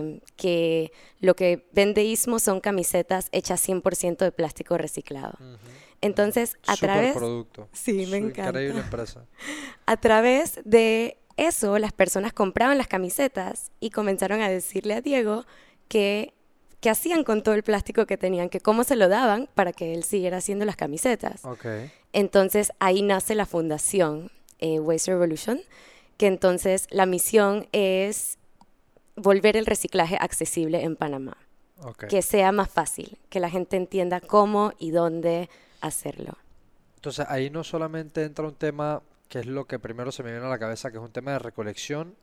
que lo que vende Ismo son camisetas hechas 100% de plástico reciclado. Ujú, ujú. Entonces, Super producto. sí, me Su increíble encanta. empresa. A través de eso, las personas compraban las camisetas y comenzaron a decirle a Diego que qué hacían con todo el plástico que tenían, que cómo se lo daban para que él siguiera haciendo las camisetas. Ok. Entonces ahí nace la fundación Waste Revolution, que entonces la misión es volver el reciclaje accesible en Panamá, Ok. que sea más fácil, que la gente entienda cómo y dónde hacerlo. Entonces ahí no solamente entra un tema que es lo que primero se me viene a la cabeza, que es un tema de recolección,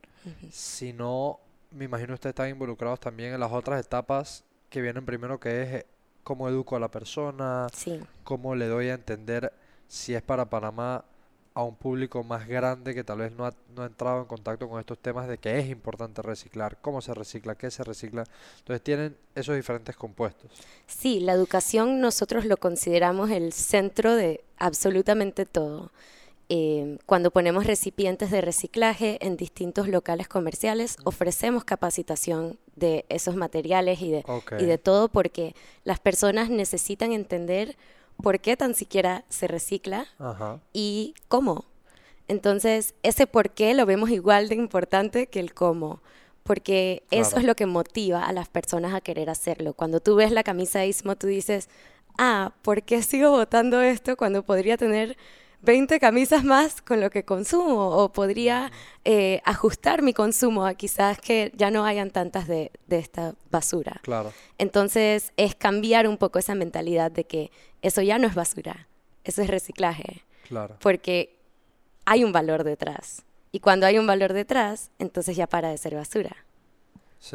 sino me imagino ustedes están involucrados también en las otras etapas que vienen primero, que es cómo educo a la persona, Sí. cómo le doy a entender si es para Panamá a un público más grande que tal vez no ha entrado en contacto con estos temas de que es importante reciclar, cómo se recicla, qué se recicla. Entonces tienen esos diferentes compuestos. Sí, la educación nosotros lo consideramos el centro de absolutamente todo. Cuando ponemos recipientes de reciclaje en distintos locales comerciales, Ujú. ofrecemos capacitación de esos materiales Ok. y de todo porque las personas necesitan entender por qué tan siquiera se recicla Ajá. y cómo. Entonces, ese por qué lo vemos igual de importante que el cómo, porque eso es Claro. lo que motiva a las personas a querer hacerlo. Cuando tú ves la camisa Ismo, tú dices, ah, ¿por qué sigo botando esto cuando podría tener 20 camisas más con lo que consumo? O podría Ujú. ajustar mi consumo a quizás que ya no hayan tantas de esta basura. Claro. Entonces, es cambiar un poco esa mentalidad de que eso ya no es basura, eso es reciclaje, Claro. porque hay un valor detrás. Y cuando hay un valor detrás, entonces ya para de ser basura. Sí,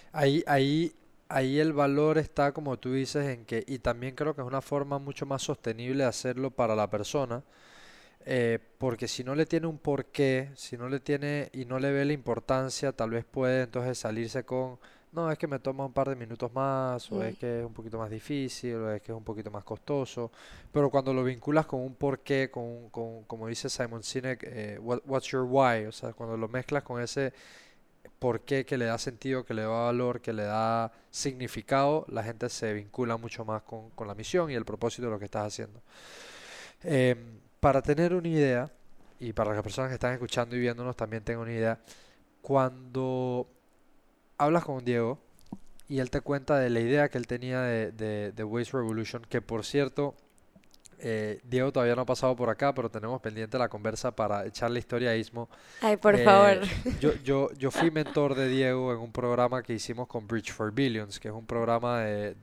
ahí el valor está, como tú dices, en que, y también creo que es una forma mucho más sostenible de hacerlo para la persona, porque si no le tiene un porqué, si no le tiene y no le ve la importancia, tal vez puede entonces salirse con no, es que me toma un par de minutos más, o Mm, es que es un poquito más difícil, o es que es un poquito más costoso, pero cuando lo vinculas con un porqué, como dice Simon Sinek, what's your why? O sea, cuando lo mezclas con ese porqué que le da sentido, que le da valor, que le da significado, la gente se vincula mucho más con la misión y el propósito de lo que estás haciendo. Para tener una idea, y para las personas que están escuchando y viéndonos también tengan una idea, cuando hablas con Diego y él te cuenta de la idea que él tenía de Waste Revolution, que por cierto, Diego todavía no ha pasado por acá, pero tenemos pendiente la conversa para echar la historia a Ismo. Ay, por favor. Yo fui mentor de Diego en un programa que hicimos con Bridge for Billions, que es un programa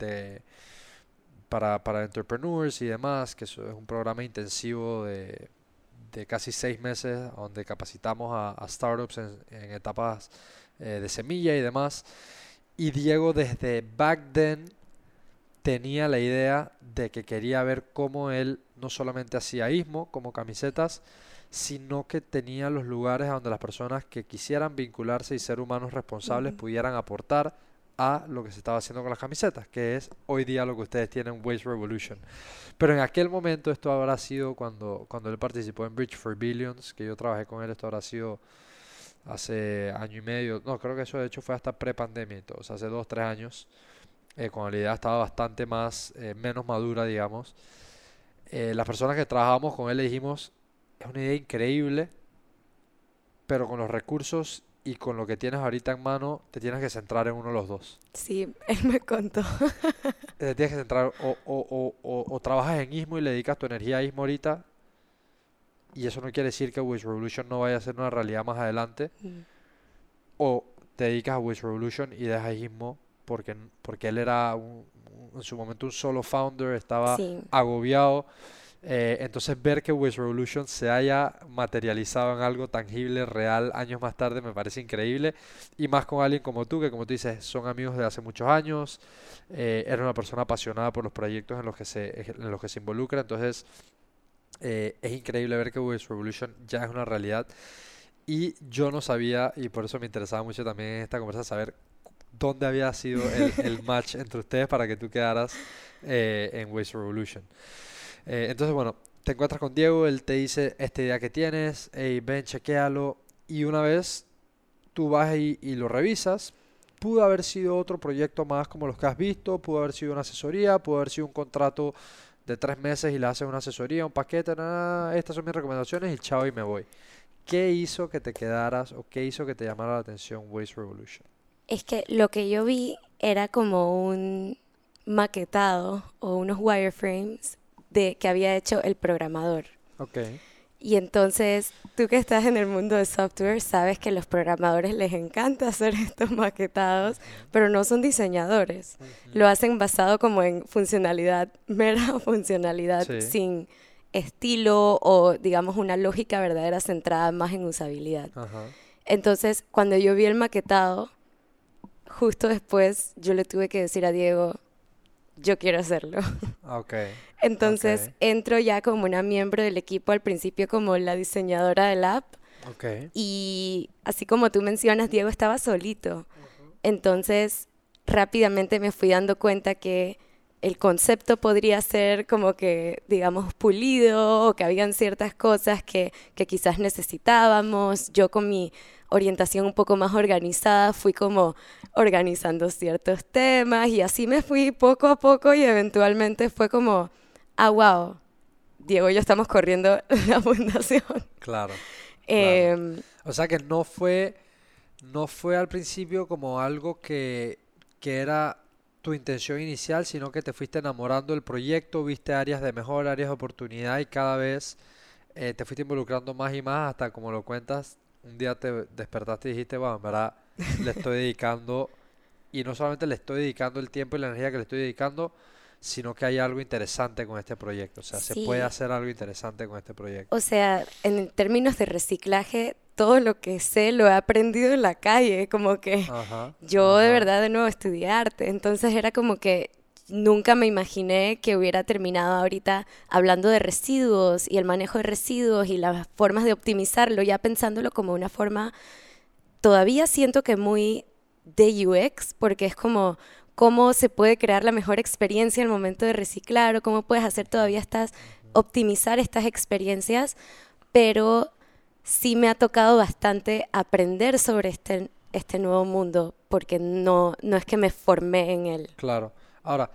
para entrepreneurs y demás, que es un programa intensivo de casi 6 meses, donde capacitamos a startups en etapas de semilla y demás. Y Diego desde back then tenía la idea de que quería ver cómo él no solamente hacía ISMO como camisetas, sino que tenía los lugares a donde las personas que quisieran vincularse y ser humanos responsables Mm, pudieran aportar a lo que se estaba haciendo con las camisetas, que es hoy día lo que ustedes tienen, Waste Revolution. Pero en aquel momento esto habrá sido cuando él participó en Bridge for Billions, que yo trabajé con él, esto habrá sido hace año y medio, no, creo que eso de hecho fue hasta pre-pandemia y todo, o sea, hace 2, 3 años, cuando la idea estaba bastante más, menos madura, digamos. Las personas que trabajamos con él le dijimos, es una idea increíble, pero con los recursos y con lo que tienes ahorita en mano, te tienes que centrar en uno de los dos. sí, él me contó. Te tienes que centrar o trabajas en ISMO y le dedicas tu energía a ISMO ahorita, y eso no quiere decir que Wish Revolution no vaya a ser una realidad más adelante, Mm, o te dedicas a Wish Revolution y dejas ISMO porque él era en su momento un solo founder, estaba sí, agobiado. Entonces ver que Wish Revolution se haya materializado en algo tangible, real, años más tarde me parece increíble. Y más con alguien como tú, que como tú dices, son amigos de hace muchos años, eres una persona apasionada por los proyectos en los que se involucra. Entonces es increíble ver que Wish Revolution ya es una realidad. Y yo no sabía, y por eso me interesaba mucho también en esta conversa, saber dónde había sido el match entre ustedes para que tú quedaras en Waste Revolution. Entonces, bueno, te encuentras con Diego, él te dice esta idea que tienes, hey, ven, chequéalo, y una vez tú vas y lo revisas, pudo haber sido otro proyecto más como los que has visto, pudo haber sido una asesoría, pudo haber sido un contrato de 3 meses y le haces una asesoría, un paquete, nada, estas son mis recomendaciones y chao y me voy. ¿Qué hizo que te quedaras o qué hizo que te llamara la atención Waste Revolution? es que lo que yo vi era como un maquetado o unos wireframes de que había hecho el programador. Ok. Y entonces, tú que estás en el mundo de software, sabes que a los programadores les encanta hacer estos maquetados, pero no son diseñadores. Ujú. Lo hacen basado como en funcionalidad, mera funcionalidad, Sí, sin estilo o, digamos, una lógica verdadera centrada más en usabilidad. ajá, Entonces, cuando yo vi el maquetado, justo después yo le tuve que decir a Diego, yo quiero hacerlo. ok, ok, Entonces entro ya como una miembro del equipo, al principio como la diseñadora del app, ok, y así como tú mencionas, Diego estaba solito. Entonces rápidamente me fui dando cuenta que el concepto podría ser como que, digamos, pulido o que habían ciertas cosas que quizás necesitábamos. Yo con mi orientación un poco más organizada fui como organizando ciertos temas y así me fui poco a poco y eventualmente fue como, ah, wow, Diego y yo estamos corriendo la fundación. claro, claro. Em, O sea que no fue al principio como algo que era tu intención inicial, sino que te fuiste enamorando del proyecto, viste áreas de mejor, áreas de oportunidad y cada vez te fuiste involucrando más y más hasta como lo cuentas, un día te despertaste y dijiste, bueno, en verdad le estoy dedicando, y no solamente le estoy dedicando el tiempo y la energía que le estoy dedicando, sino que hay algo interesante con este proyecto, o sea, se puede sí, hacer algo interesante con este o proyecto. sea, en términos de reciclaje, todo lo que sé lo he aprendido en la calle, como que Ajá, yo de ajá. verdad de nuevo estudié arte, entonces era como que nunca me imaginé que hubiera terminado ahorita hablando de residuos y el manejo de residuos y las formas de optimizarlo, ya pensándolo como una forma, todavía siento que muy de UX, porque es como cómo se puede crear la mejor experiencia al momento de reciclar o cómo puedes hacer todavía optimizar estas experiencias, pero sí me ha tocado bastante aprender sobre este nuevo mundo, porque no es que me formé en él. Claro. Ahora,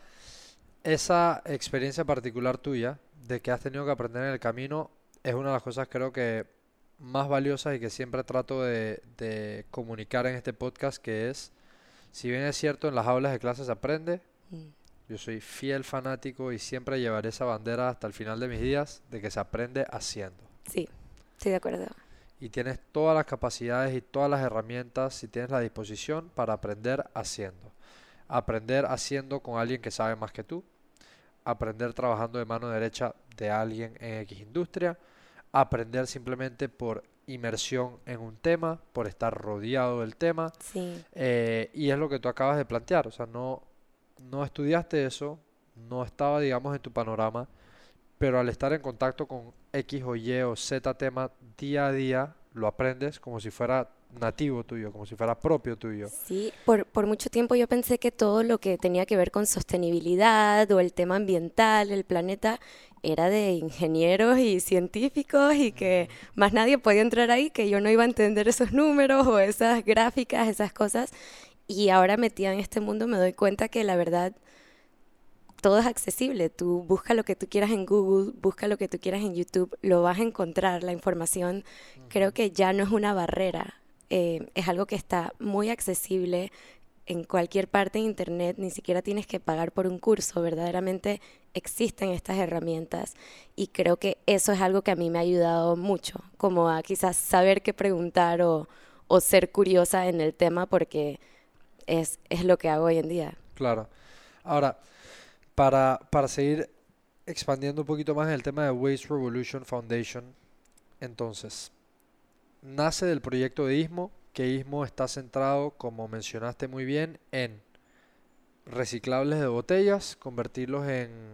esa experiencia particular tuya, de que has tenido que aprender en el camino, es una de las cosas creo que más valiosas y que siempre trato de comunicar en este podcast, que es, si bien es cierto, en las aulas de clases se aprende, Mm, yo soy fiel fanático y siempre llevaré esa bandera hasta el final de mis días de que se aprende haciendo. sí, estoy de acuerdo. Y tienes todas las capacidades y todas las herramientas, si tienes la disposición, para aprender haciendo. Aprender haciendo con alguien que sabe más que tú, aprender trabajando de mano derecha de alguien en X industria, aprender simplemente por inmersión en un tema, por estar rodeado del tema, Sí, y es lo que tú acabas de plantear, o sea, no estudiaste eso, no estaba, digamos, en tu panorama, pero al estar en contacto con X o Y o Z tema día a día, lo aprendes como si fuera nativo tuyo, como si fuera propio tuyo. sí. Por mucho tiempo yo pensé que todo lo que tenía que ver con sostenibilidad o el tema ambiental, el planeta, era de ingenieros y científicos y que más nadie podía entrar ahí, que yo no iba a entender esos números o esas gráficas, esas cosas. Y ahora metida en este mundo me doy cuenta que la verdad todo es accesible. Tú busca lo que tú quieras en Google, busca lo que tú quieras en YouTube, lo vas a encontrar. La información creo que ya no es una barrera. Es algo que está muy accesible en cualquier parte de Internet. Ni siquiera tienes que pagar por un curso. Verdaderamente existen estas herramientas y creo que eso es algo que a mí me ha ayudado mucho, como a quizás saber qué preguntar o ser curiosa en el tema porque es lo que hago hoy en día. Claro. Ahora, para seguir expandiendo un poquito más en el tema de Waste Revolution Foundation, entonces, nace del proyecto de ISMO, que ISMO está centrado, como mencionaste muy bien, en reciclables de botellas, convertirlos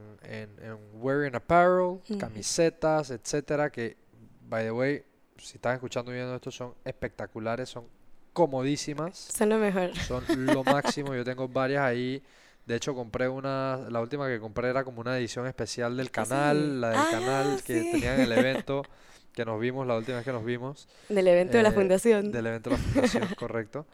en wearing apparel, Ujú. camisetas, etcétera, que, by the way, si están escuchando y viendo esto, son espectaculares, son comodísimas, Son lo mejor. son lo máximo. Yo tengo varias ahí. De hecho, compré la última que compré era como una edición especial del Ah, sí. canal, la del Ah, canal que sí. tenían en el evento que nos vimos, la última vez que nos vimos, Del evento de la eh, fundación. del evento de la fundación, correcto.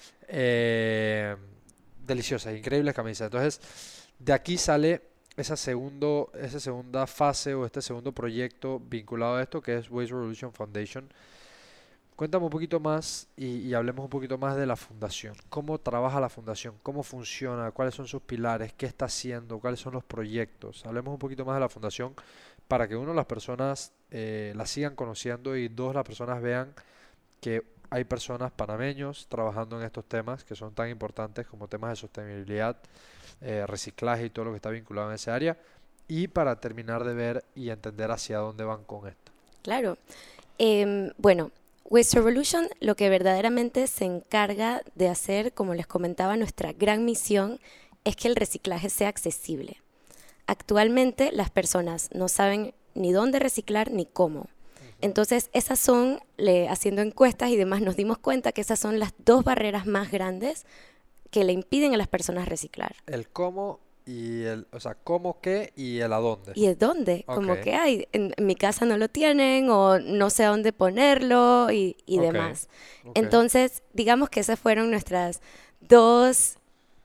Eh, deliciosas, increíbles camisas. Entonces, de aquí sale esa segunda fase o este segundo proyecto vinculado a esto, que es Waste Revolution Foundation. Cuéntame un poquito más y hablemos un poquito más de la fundación. ¿Cómo trabaja la fundación? ¿Cómo funciona? ¿Cuáles son sus pilares? ¿Qué está haciendo? ¿Cuáles son los proyectos? Hablemos un poquito más de la fundación para que uno, las personas la sigan conociendo y dos, las personas vean que hay personas panameños trabajando en estos temas que son tan importantes como temas de sostenibilidad, reciclaje y todo lo que está vinculado en esa área. Y para terminar de ver y entender hacia dónde van con esto. Claro. Bueno, Waste Revolution lo que verdaderamente se encarga de hacer, como les comentaba, nuestra gran misión es que el reciclaje sea accesible. Actualmente las personas no saben ni dónde reciclar ni cómo. Entonces, haciendo encuestas y demás, nos dimos cuenta que esas son las dos barreras más grandes que le impiden a las personas reciclar. El cómo y o sea, cómo qué y el a dónde. ¿Y es dónde? Ok, Como que hay, en mi casa no lo tienen o no sé a dónde ponerlo y ok, demás. ok. Entonces, digamos que esas fueron nuestras dos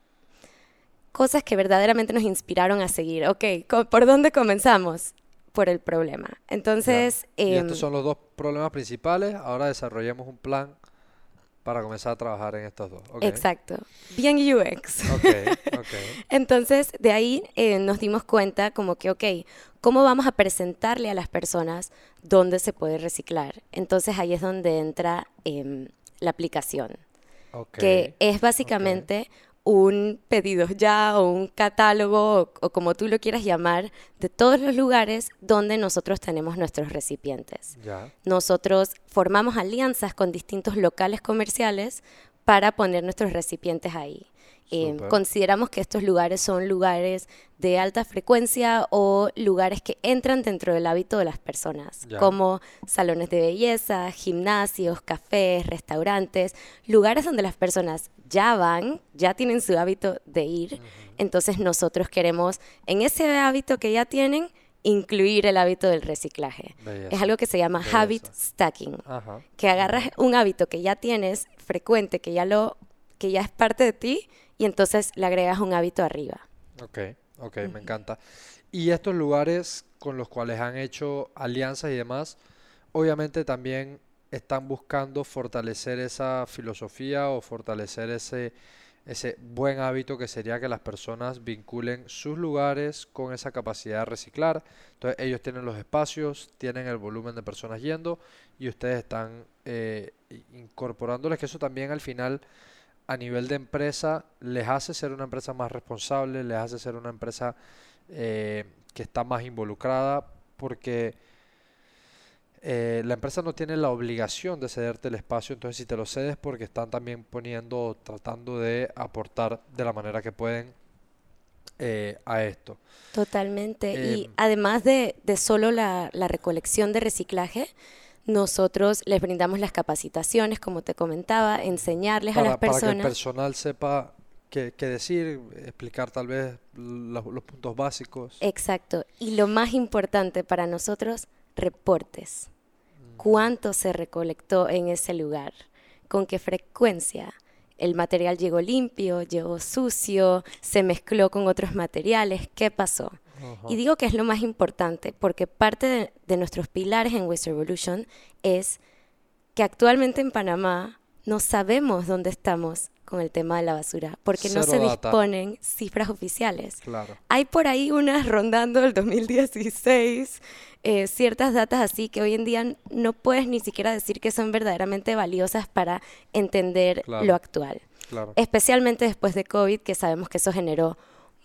cosas que verdaderamente nos inspiraron a seguir. Ok, ¿por dónde comenzamos? Por el problema. Ya. Entonces, Y estos son los dos problemas principales. Ahora desarrollemos un plan para comenzar a trabajar en estos dos. Ok, exacto, bien UX. ok, ok. Entonces, de ahí nos dimos cuenta como que, ok, ¿cómo vamos a presentarle a las personas dónde se puede reciclar? Entonces, ahí es donde entra la aplicación, Ok, que es ok, básicamente un pedido ya o un catálogo o como tú lo quieras llamar de todos los lugares donde nosotros tenemos nuestros recipientes. ya. Nosotros formamos alianzas con distintos locales comerciales para poner nuestros recipientes ahí. Súper. Consideramos que estos lugares son lugares de alta frecuencia o lugares que entran dentro del hábito de las personas, Ya. como salones de belleza, gimnasios, cafés, restaurantes, lugares donde las personas ya van, ya tienen su hábito de ir. Entonces nosotros queremos, en ese hábito que ya tienen, incluir el hábito del reciclaje. Belleza. Es algo que se llama Belleza. habit stacking, Ajá. que agarras un hábito que ya tienes frecuente, que ya es parte de ti, y entonces le agregas un hábito arriba. Ok, ok, me encanta. Y estos lugares con los cuales han hecho alianzas y demás, obviamente también están buscando fortalecer esa filosofía o fortalecer ese buen hábito que sería que las personas vinculen sus lugares con esa capacidad de reciclar. Entonces ellos tienen los espacios, tienen el volumen de personas yendo y ustedes están incorporándoles que eso también al final a nivel de empresa les hace ser una empresa más responsable, les hace ser una empresa que está más involucrada porque la empresa no tiene la obligación de cederte el espacio, entonces si te lo cedes porque están también poniendo, tratando de aportar de la manera que pueden a esto. Totalmente. Y Em, además de solo la recolección de reciclaje, nosotros les brindamos las capacitaciones, como te comentaba, enseñarles a las para que el personas. personal sepa qué decir, explicar tal vez los puntos básicos. Exacto. Y lo más importante para nosotros, reportes. ¿Cuánto se recolectó en ese lugar? ¿Con qué frecuencia? ¿El material llegó limpio, llegó sucio, se mezcló con otros materiales? ¿Qué pasó? Ajá. Y digo que es lo más importante porque parte de nuestros pilares en Waste Revolution es que actualmente en Panamá no sabemos dónde estamos con el tema de la basura porque no Cero se data, disponen cifras oficiales. claro. Hay por ahí unas rondando el 2016, ciertas datas así que hoy en día no puedes ni siquiera decir que son verdaderamente valiosas para entender lo Claro, actual. claro. Especialmente después de COVID, que sabemos que eso generó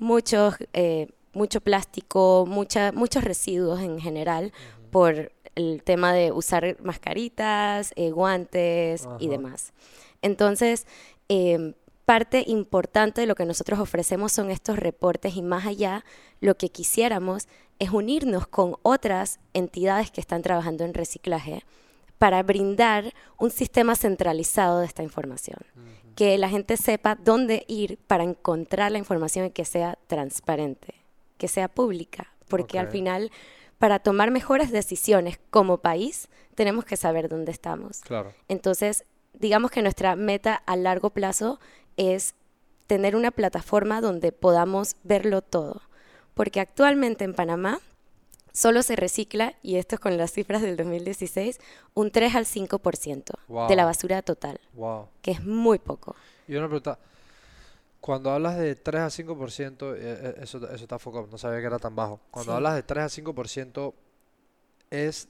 mucho plástico, muchos residuos en general por el tema de usar mascaritas, guantes y Ajá. demás. Entonces, parte importante de lo que nosotros ofrecemos son estos reportes y más allá, lo que quisiéramos es unirnos con otras entidades que están trabajando en reciclaje para brindar un sistema centralizado de esta información. Que la gente sepa dónde ir para encontrar la información y que sea transparente, que sea pública, porque al Ok, final, para tomar mejores decisiones como país, tenemos que saber dónde estamos. claro. Entonces, digamos que nuestra meta a largo plazo es tener una plataforma donde podamos verlo todo, porque actualmente en Panamá solo se recicla, y esto es con las cifras del 2016, un 3 al 5% de la Wow, basura total, wow. que es muy poco. Y una pregunta, cuando hablas de 3 a 5%, eso está enfocado, no sabía que era tan bajo. Cuando Sí. hablas de 3 a 5%, es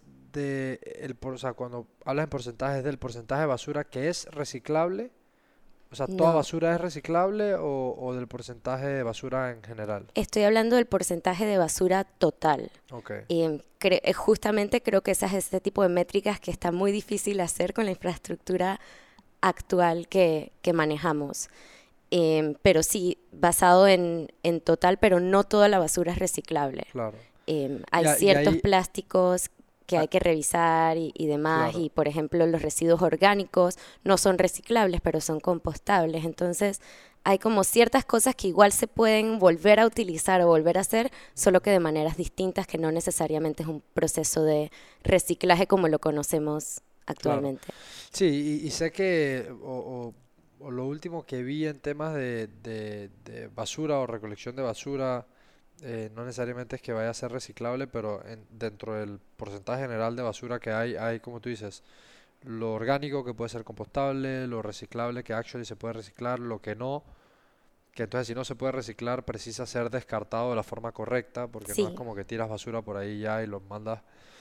o sea, cuando hablas en porcentajes del porcentaje de basura que es reciclable, o sea, ¿toda No, basura es reciclable o del porcentaje de basura en general? estoy hablando del porcentaje de basura total. Ok, Justamente creo que ese es este tipo de métricas que está muy difícil hacer con la infraestructura actual que manejamos. Pero sí, basado en total, pero no toda la basura es reciclable. claro. Hay Y ciertos ahí, plásticos que ah, hay que revisar y demás, claro. y por ejemplo los residuos orgánicos no son reciclables, pero son compostables. Entonces hay como ciertas cosas que igual se pueden volver a utilizar o volver a hacer, solo que de maneras distintas, que no necesariamente es un proceso de reciclaje como lo conocemos Claro. actualmente. Sí, y sé que o lo último que vi en temas de basura o recolección de basura, no necesariamente es que vaya a ser reciclable, pero dentro del porcentaje general de basura que hay, como tú dices, lo orgánico que puede ser compostable, lo reciclable que actually se puede reciclar, lo que no, que entonces si no se puede reciclar precisa ser descartado de la forma correcta, porque no es Sí, como que tiras basura por ahí ya y los mandas.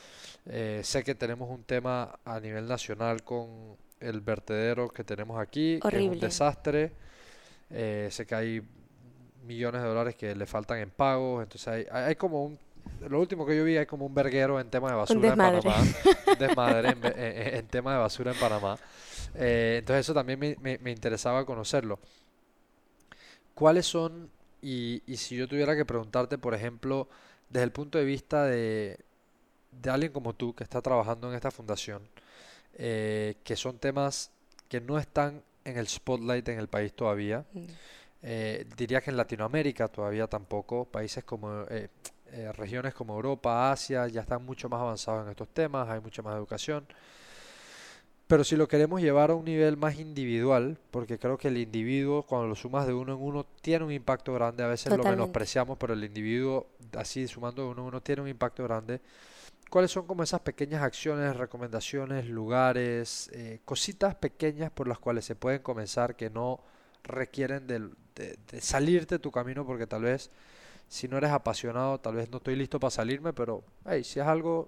Sé que tenemos un tema a nivel nacional con el vertedero que tenemos aquí, que es un horrible. desastre. Sé que hay millones de dólares que le faltan en pagos, entonces hay como lo último que yo vi, hay como un verguero en tema de Un basura en desmadre. Panamá, un desmadre en tema de basura en Panamá. Entonces eso también me interesaba conocerlo. ¿cuáles son, y si yo tuviera que preguntarte, por ejemplo, desde el punto de vista de alguien como tú que está trabajando en esta fundación, que son temas que no están en el spotlight en el país todavía? Mm. Diría que en Latinoamérica todavía tampoco. Países como regiones como Europa, Asia ya están mucho más avanzados en estos temas, hay mucha más educación. Pero si lo queremos llevar a un nivel más individual, porque creo que el individuo, cuando lo sumas de uno en uno, tiene un impacto grande. A veces lo Totalmente. menospreciamos, pero el individuo, así sumando de uno en uno, tiene un impacto grande. ¿Cuáles son como esas pequeñas acciones, recomendaciones, lugares, cositas pequeñas por las cuales se pueden comenzar que no requieren de salirte de tu camino? Porque tal vez si no eres apasionado, tal vez no estoy listo para salirme, pero hey, si es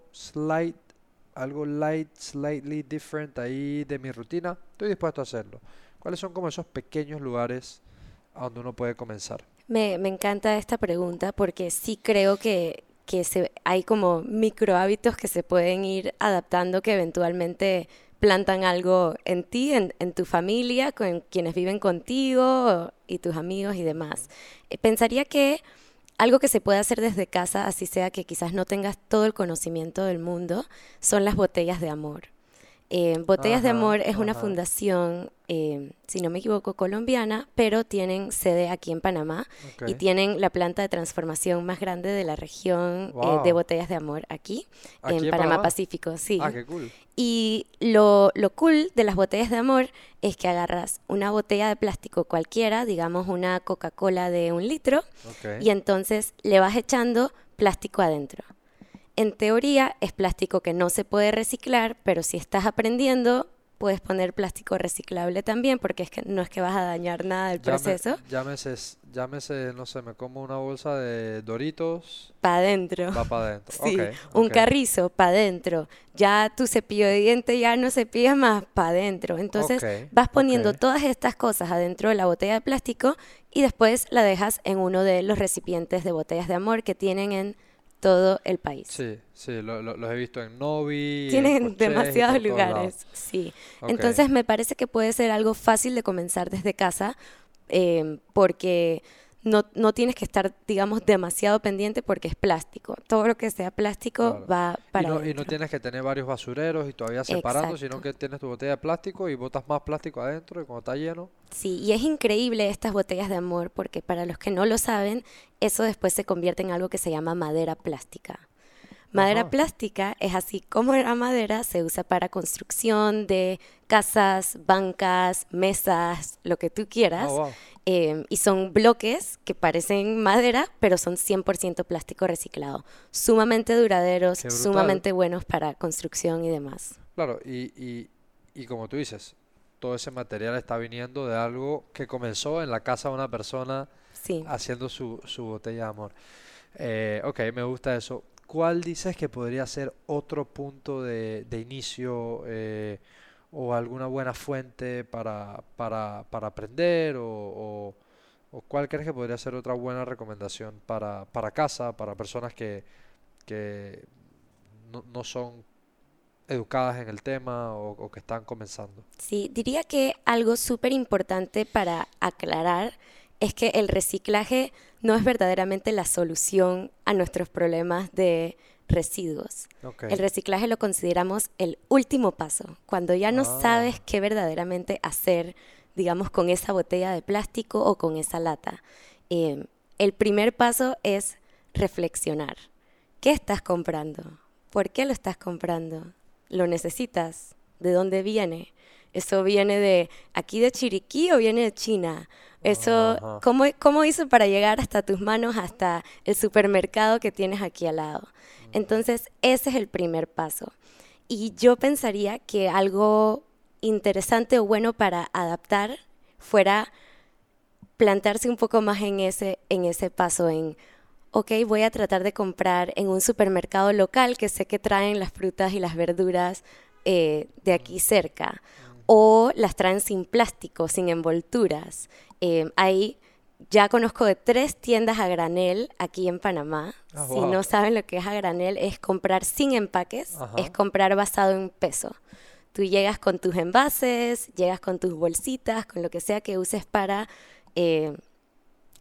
algo light, slightly different ahí de mi rutina, estoy dispuesto a hacerlo. ¿Cuáles son como esos pequeños lugares a donde uno puede comenzar? Me encanta esta pregunta porque sí creo que hay como micro hábitos que se pueden ir adaptando que eventualmente plantan algo en ti, en tu familia, con quienes viven contigo y tus amigos y demás. Pensaría que algo que se puede hacer desde casa, así sea que quizás no tengas todo el conocimiento del mundo, son las botellas de amor. Botellas de Ajá, Amor es una ajá, fundación, si no me equivoco, colombiana, pero tienen sede aquí en Panamá ok. y tienen la planta de transformación más grande de la región de Wow. Botellas de Amor aquí, ¿Aquí en en Panamá Panamá? Pacífico, Ah, sí. qué cool. Y lo cool de las botellas de amor es que agarras una botella de plástico cualquiera, digamos una Coca-Cola de 1 litro, Ok. y entonces le vas echando plástico adentro. En teoría es plástico que no se puede reciclar, pero si estás aprendiendo, puedes poner plástico reciclable también, porque es que no es que vas a dañar nada del Llame, proceso, llámese, llámese, no sé, me como una bolsa de Doritos, para adentro. va para adentro. Ok, Sí, un ok, carrizo, para adentro. Ya tu cepillo de diente ya no cepillas más, para adentro. ok, Entonces vas ok. poniendo todas estas cosas adentro de la botella de plástico y después la dejas en uno de los recipientes de botellas de amor que tienen en todo el país. Sí, sí, los he visto en Novi, en Tienen Corchés y demasiados por todos lados. lugares, sí. Ok, Entonces me parece que puede ser algo fácil de comenzar desde casa, porque no tienes que estar, digamos, demasiado pendiente porque es plástico. Todo lo que sea plástico claro. va Y para no adentro. tienes que tener varios basureros y todavía separando, sino Exacto. que tienes tu botella de plástico y botas más plástico adentro y cuando está lleno. Sí, y es increíble estas botellas de amor porque para los que no lo saben, eso después se convierte en algo que se llama madera plástica. Madera Ajá. plástica es así como la madera se usa para construcción de casas, bancas, mesas, lo que tú Oh, quieras. wow. Y son bloques que parecen madera, pero son 100% plástico reciclado. Sumamente duraderos, Qué brutal. sumamente buenos para construcción y demás. Claro, y como tú dices, todo ese material está viniendo de algo que comenzó en la casa de una persona Sí. haciendo su botella de amor. Ok, me gusta eso. ¿Cuál dices que podría ser otro punto de inicio o alguna buena fuente para aprender o cuál crees que podría ser otra buena recomendación para casa, para personas que no son educadas en el tema o que están comenzando? Sí, diría que algo súper importante para aclarar es que el reciclaje no es verdaderamente la solución a nuestros problemas de residuos. Ok. El reciclaje lo consideramos el último paso, cuando ya no sabes Ah, qué verdaderamente hacer, digamos, con esa botella de plástico o con esa lata. El primer paso es reflexionar. ¿Qué estás comprando? ¿Por qué lo estás comprando? ¿Lo necesitas? ¿De dónde viene? ¿Eso viene de aquí de Chiriquí o viene de China? Eso, ajá. ¿cómo hizo para llegar hasta tus manos, hasta el supermercado que tienes aquí al lado? Ujú. Entonces, ese es el primer paso. Y yo pensaría que algo interesante o bueno para adaptar fuera plantarse un poco más en ese paso, ok, voy a tratar de comprar en un supermercado local que sé que traen las frutas y las verduras de aquí cerca. Ujú. O las traen sin plástico, sin envolturas. Hay, ya conozco de 3 tiendas a granel aquí en Panamá. Ah, Si wow. no saben lo que es a granel, es comprar sin empaques, es Ajá. comprar basado en peso. Tú llegas con tus envases, llegas con tus bolsitas, con lo que sea que uses para eh,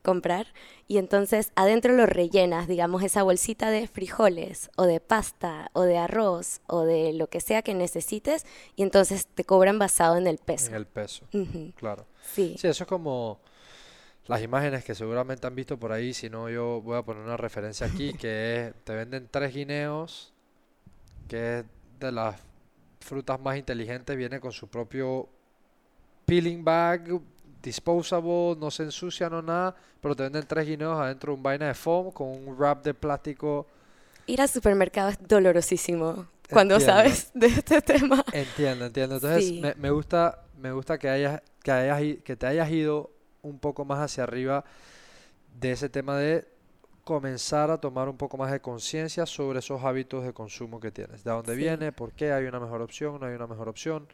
comprar y entonces adentro lo rellenas, digamos, esa bolsita de frijoles o de pasta o de arroz o de lo que sea que necesites y entonces te cobran basado en el En peso. el peso, Ujú. claro. Sí, Sí, eso es como las imágenes que seguramente han visto por ahí, si no yo voy a poner una referencia aquí, que es, te venden 3 guineos, que es de las frutas más inteligentes, viene con su propio peeling bag, disposable, no se ensucia, no nada, pero te venden 3 guineos adentro de un vaina de foam con un wrap de plástico. ir al supermercado es dolorosísimo cuando Entiendo, sabes de este tema. entiendo. Entonces Sí, me gusta que te hayas ido un poco más hacia arriba de ese tema de comenzar a tomar un poco más de conciencia sobre esos hábitos de consumo que tienes. ¿De dónde sí, viene? ¿Por qué hay una mejor opción? ¿No hay una mejor opción?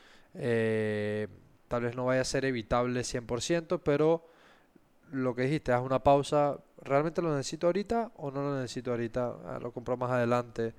Eh, Tal vez no vaya a ser evitable 100%, pero lo que dijiste, haz una pausa. ¿Realmente lo necesito ahorita o no lo necesito ahorita? Lo compro más adelante.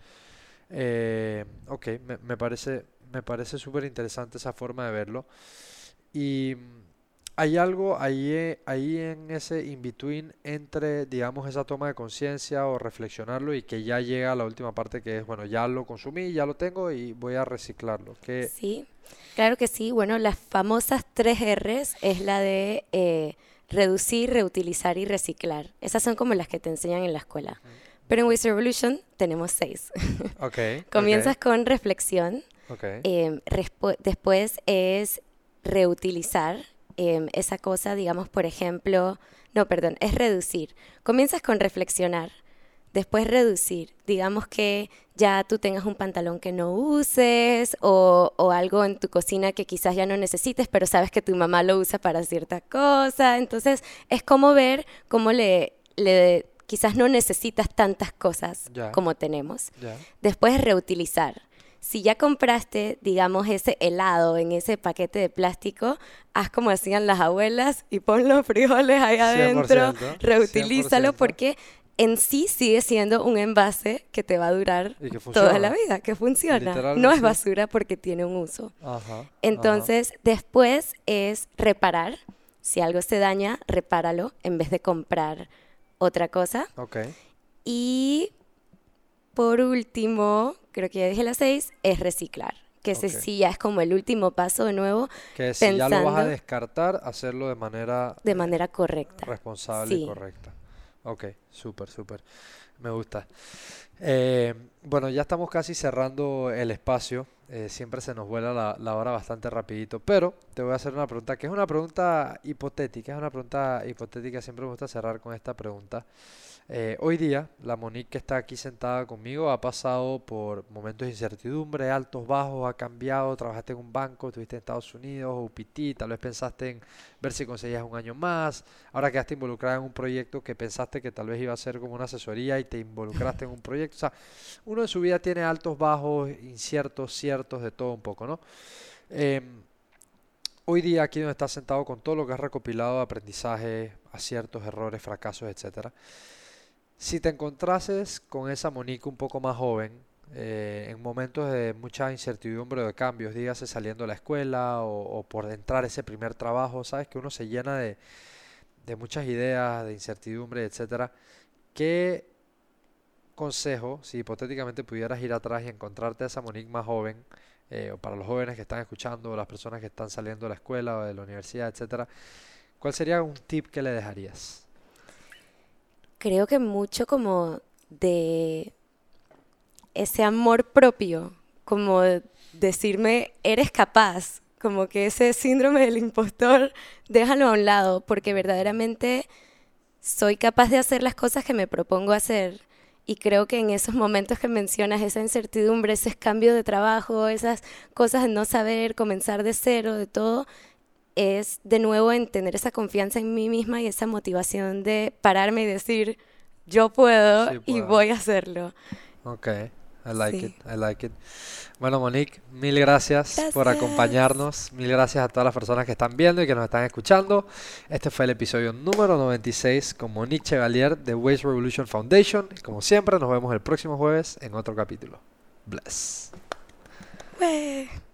Ok, me parece súper interesante esa forma de verlo. Y hay algo ahí en ese in-between entre, digamos, esa toma de conciencia o reflexionarlo y que ya llega a la última parte que es, bueno, ya lo consumí, ya lo tengo y voy a reciclarlo. Que, sí. Claro que sí. Bueno, las famosas 3 Rs es la de reducir, reutilizar y reciclar. Esas son como las que te enseñan en la escuela. Ujú. Pero en Waste Revolution tenemos 6. Ok, ok, Comienzas con reflexión, ok, después es reutilizar esa cosa, digamos, por ejemplo, no, perdón, es reducir. Comienzas con reflexionar, después reducir. Digamos que ya tú tengas un pantalón que no uses o algo en tu cocina que quizás ya no necesites, pero sabes que tu mamá lo usa para cierta cosa. Entonces es como ver cómo quizás no necesitas tantas cosas ya, como tenemos. ya. Después reutilizar. Si ya compraste, digamos, ese helado en ese paquete de plástico, haz como hacían las abuelas y pon los frijoles ahí cien por adentro, ciento cien por reutilízalo ciento porque en sí sigue siendo un envase que te va a durar Y que toda la funciona. vida, que funciona. No Literalmente es sí. basura porque tiene un uso. Ajá, ajá. Entonces, después es reparar. Si algo se daña, repáralo en vez de comprar otra cosa. Ok, Y por último, creo que ya dije las 6, es reciclar. Que ese ok. sí ya es como el último paso de nuevo, Que si ya lo vas a pensando descartar, hacerlo de manera de manera correcta. responsable y Sí, correcta. Ok, súper, súper. Me gusta. Bueno, ya estamos casi cerrando el espacio. Siempre se nos vuela la hora bastante rapidito, pero te voy a hacer una pregunta que es una pregunta hipotética. Es una pregunta hipotética. Siempre me gusta cerrar con esta pregunta. Hoy día, la Monique que está aquí sentada conmigo ha pasado por momentos de incertidumbre, altos, bajos, ha cambiado, trabajaste en un banco, estuviste en Estados Unidos, UPT, tal vez pensaste en ver si conseguías un año más, ahora quedaste involucrada en un proyecto que pensaste que tal vez iba a ser como una asesoría y te involucraste en un proyecto. O sea, uno en su vida tiene altos, bajos, inciertos, ciertos, de todo un poco, ¿no? Em, Hoy día, aquí donde estás sentado con todo lo que has recopilado de aprendizaje, aciertos, errores, fracasos, etcétera. Si te encontrases con esa Monique un poco más joven, en momentos de mucha incertidumbre o de cambios, dígase saliendo de la escuela o por entrar a ese primer trabajo, sabes que uno se llena de muchas ideas, de incertidumbre, etcétera. ¿Qué consejo, si hipotéticamente pudieras ir atrás y encontrarte a esa Monique más joven, o para los jóvenes que están escuchando, o las personas que están saliendo de la escuela o de la universidad, etcétera, cuál sería un tip que le dejarías? creo que mucho como de ese amor propio, como decirme, eres capaz, como que ese síndrome del impostor, déjalo a un lado, porque verdaderamente soy capaz de hacer las cosas que me propongo hacer. Y creo que en esos momentos que mencionas, esa incertidumbre, ese cambio de trabajo, esas cosas de no saber, comenzar de cero, de todo, es de nuevo en tener esa confianza en mí misma y esa motivación de pararme y decir, yo puedo Sí, y puedo. voy a hacerlo. Ok, I like it, Sí. I like it. Bueno, Monique, mil gracias por Gracias. acompañarnos, mil gracias a todas las personas que están viendo y que nos están escuchando. Este fue el episodio número 96 con Monique Chevalier de Waste Revolution Foundation. Y como siempre, nos vemos el próximo jueves en otro capítulo. Bless. Güey.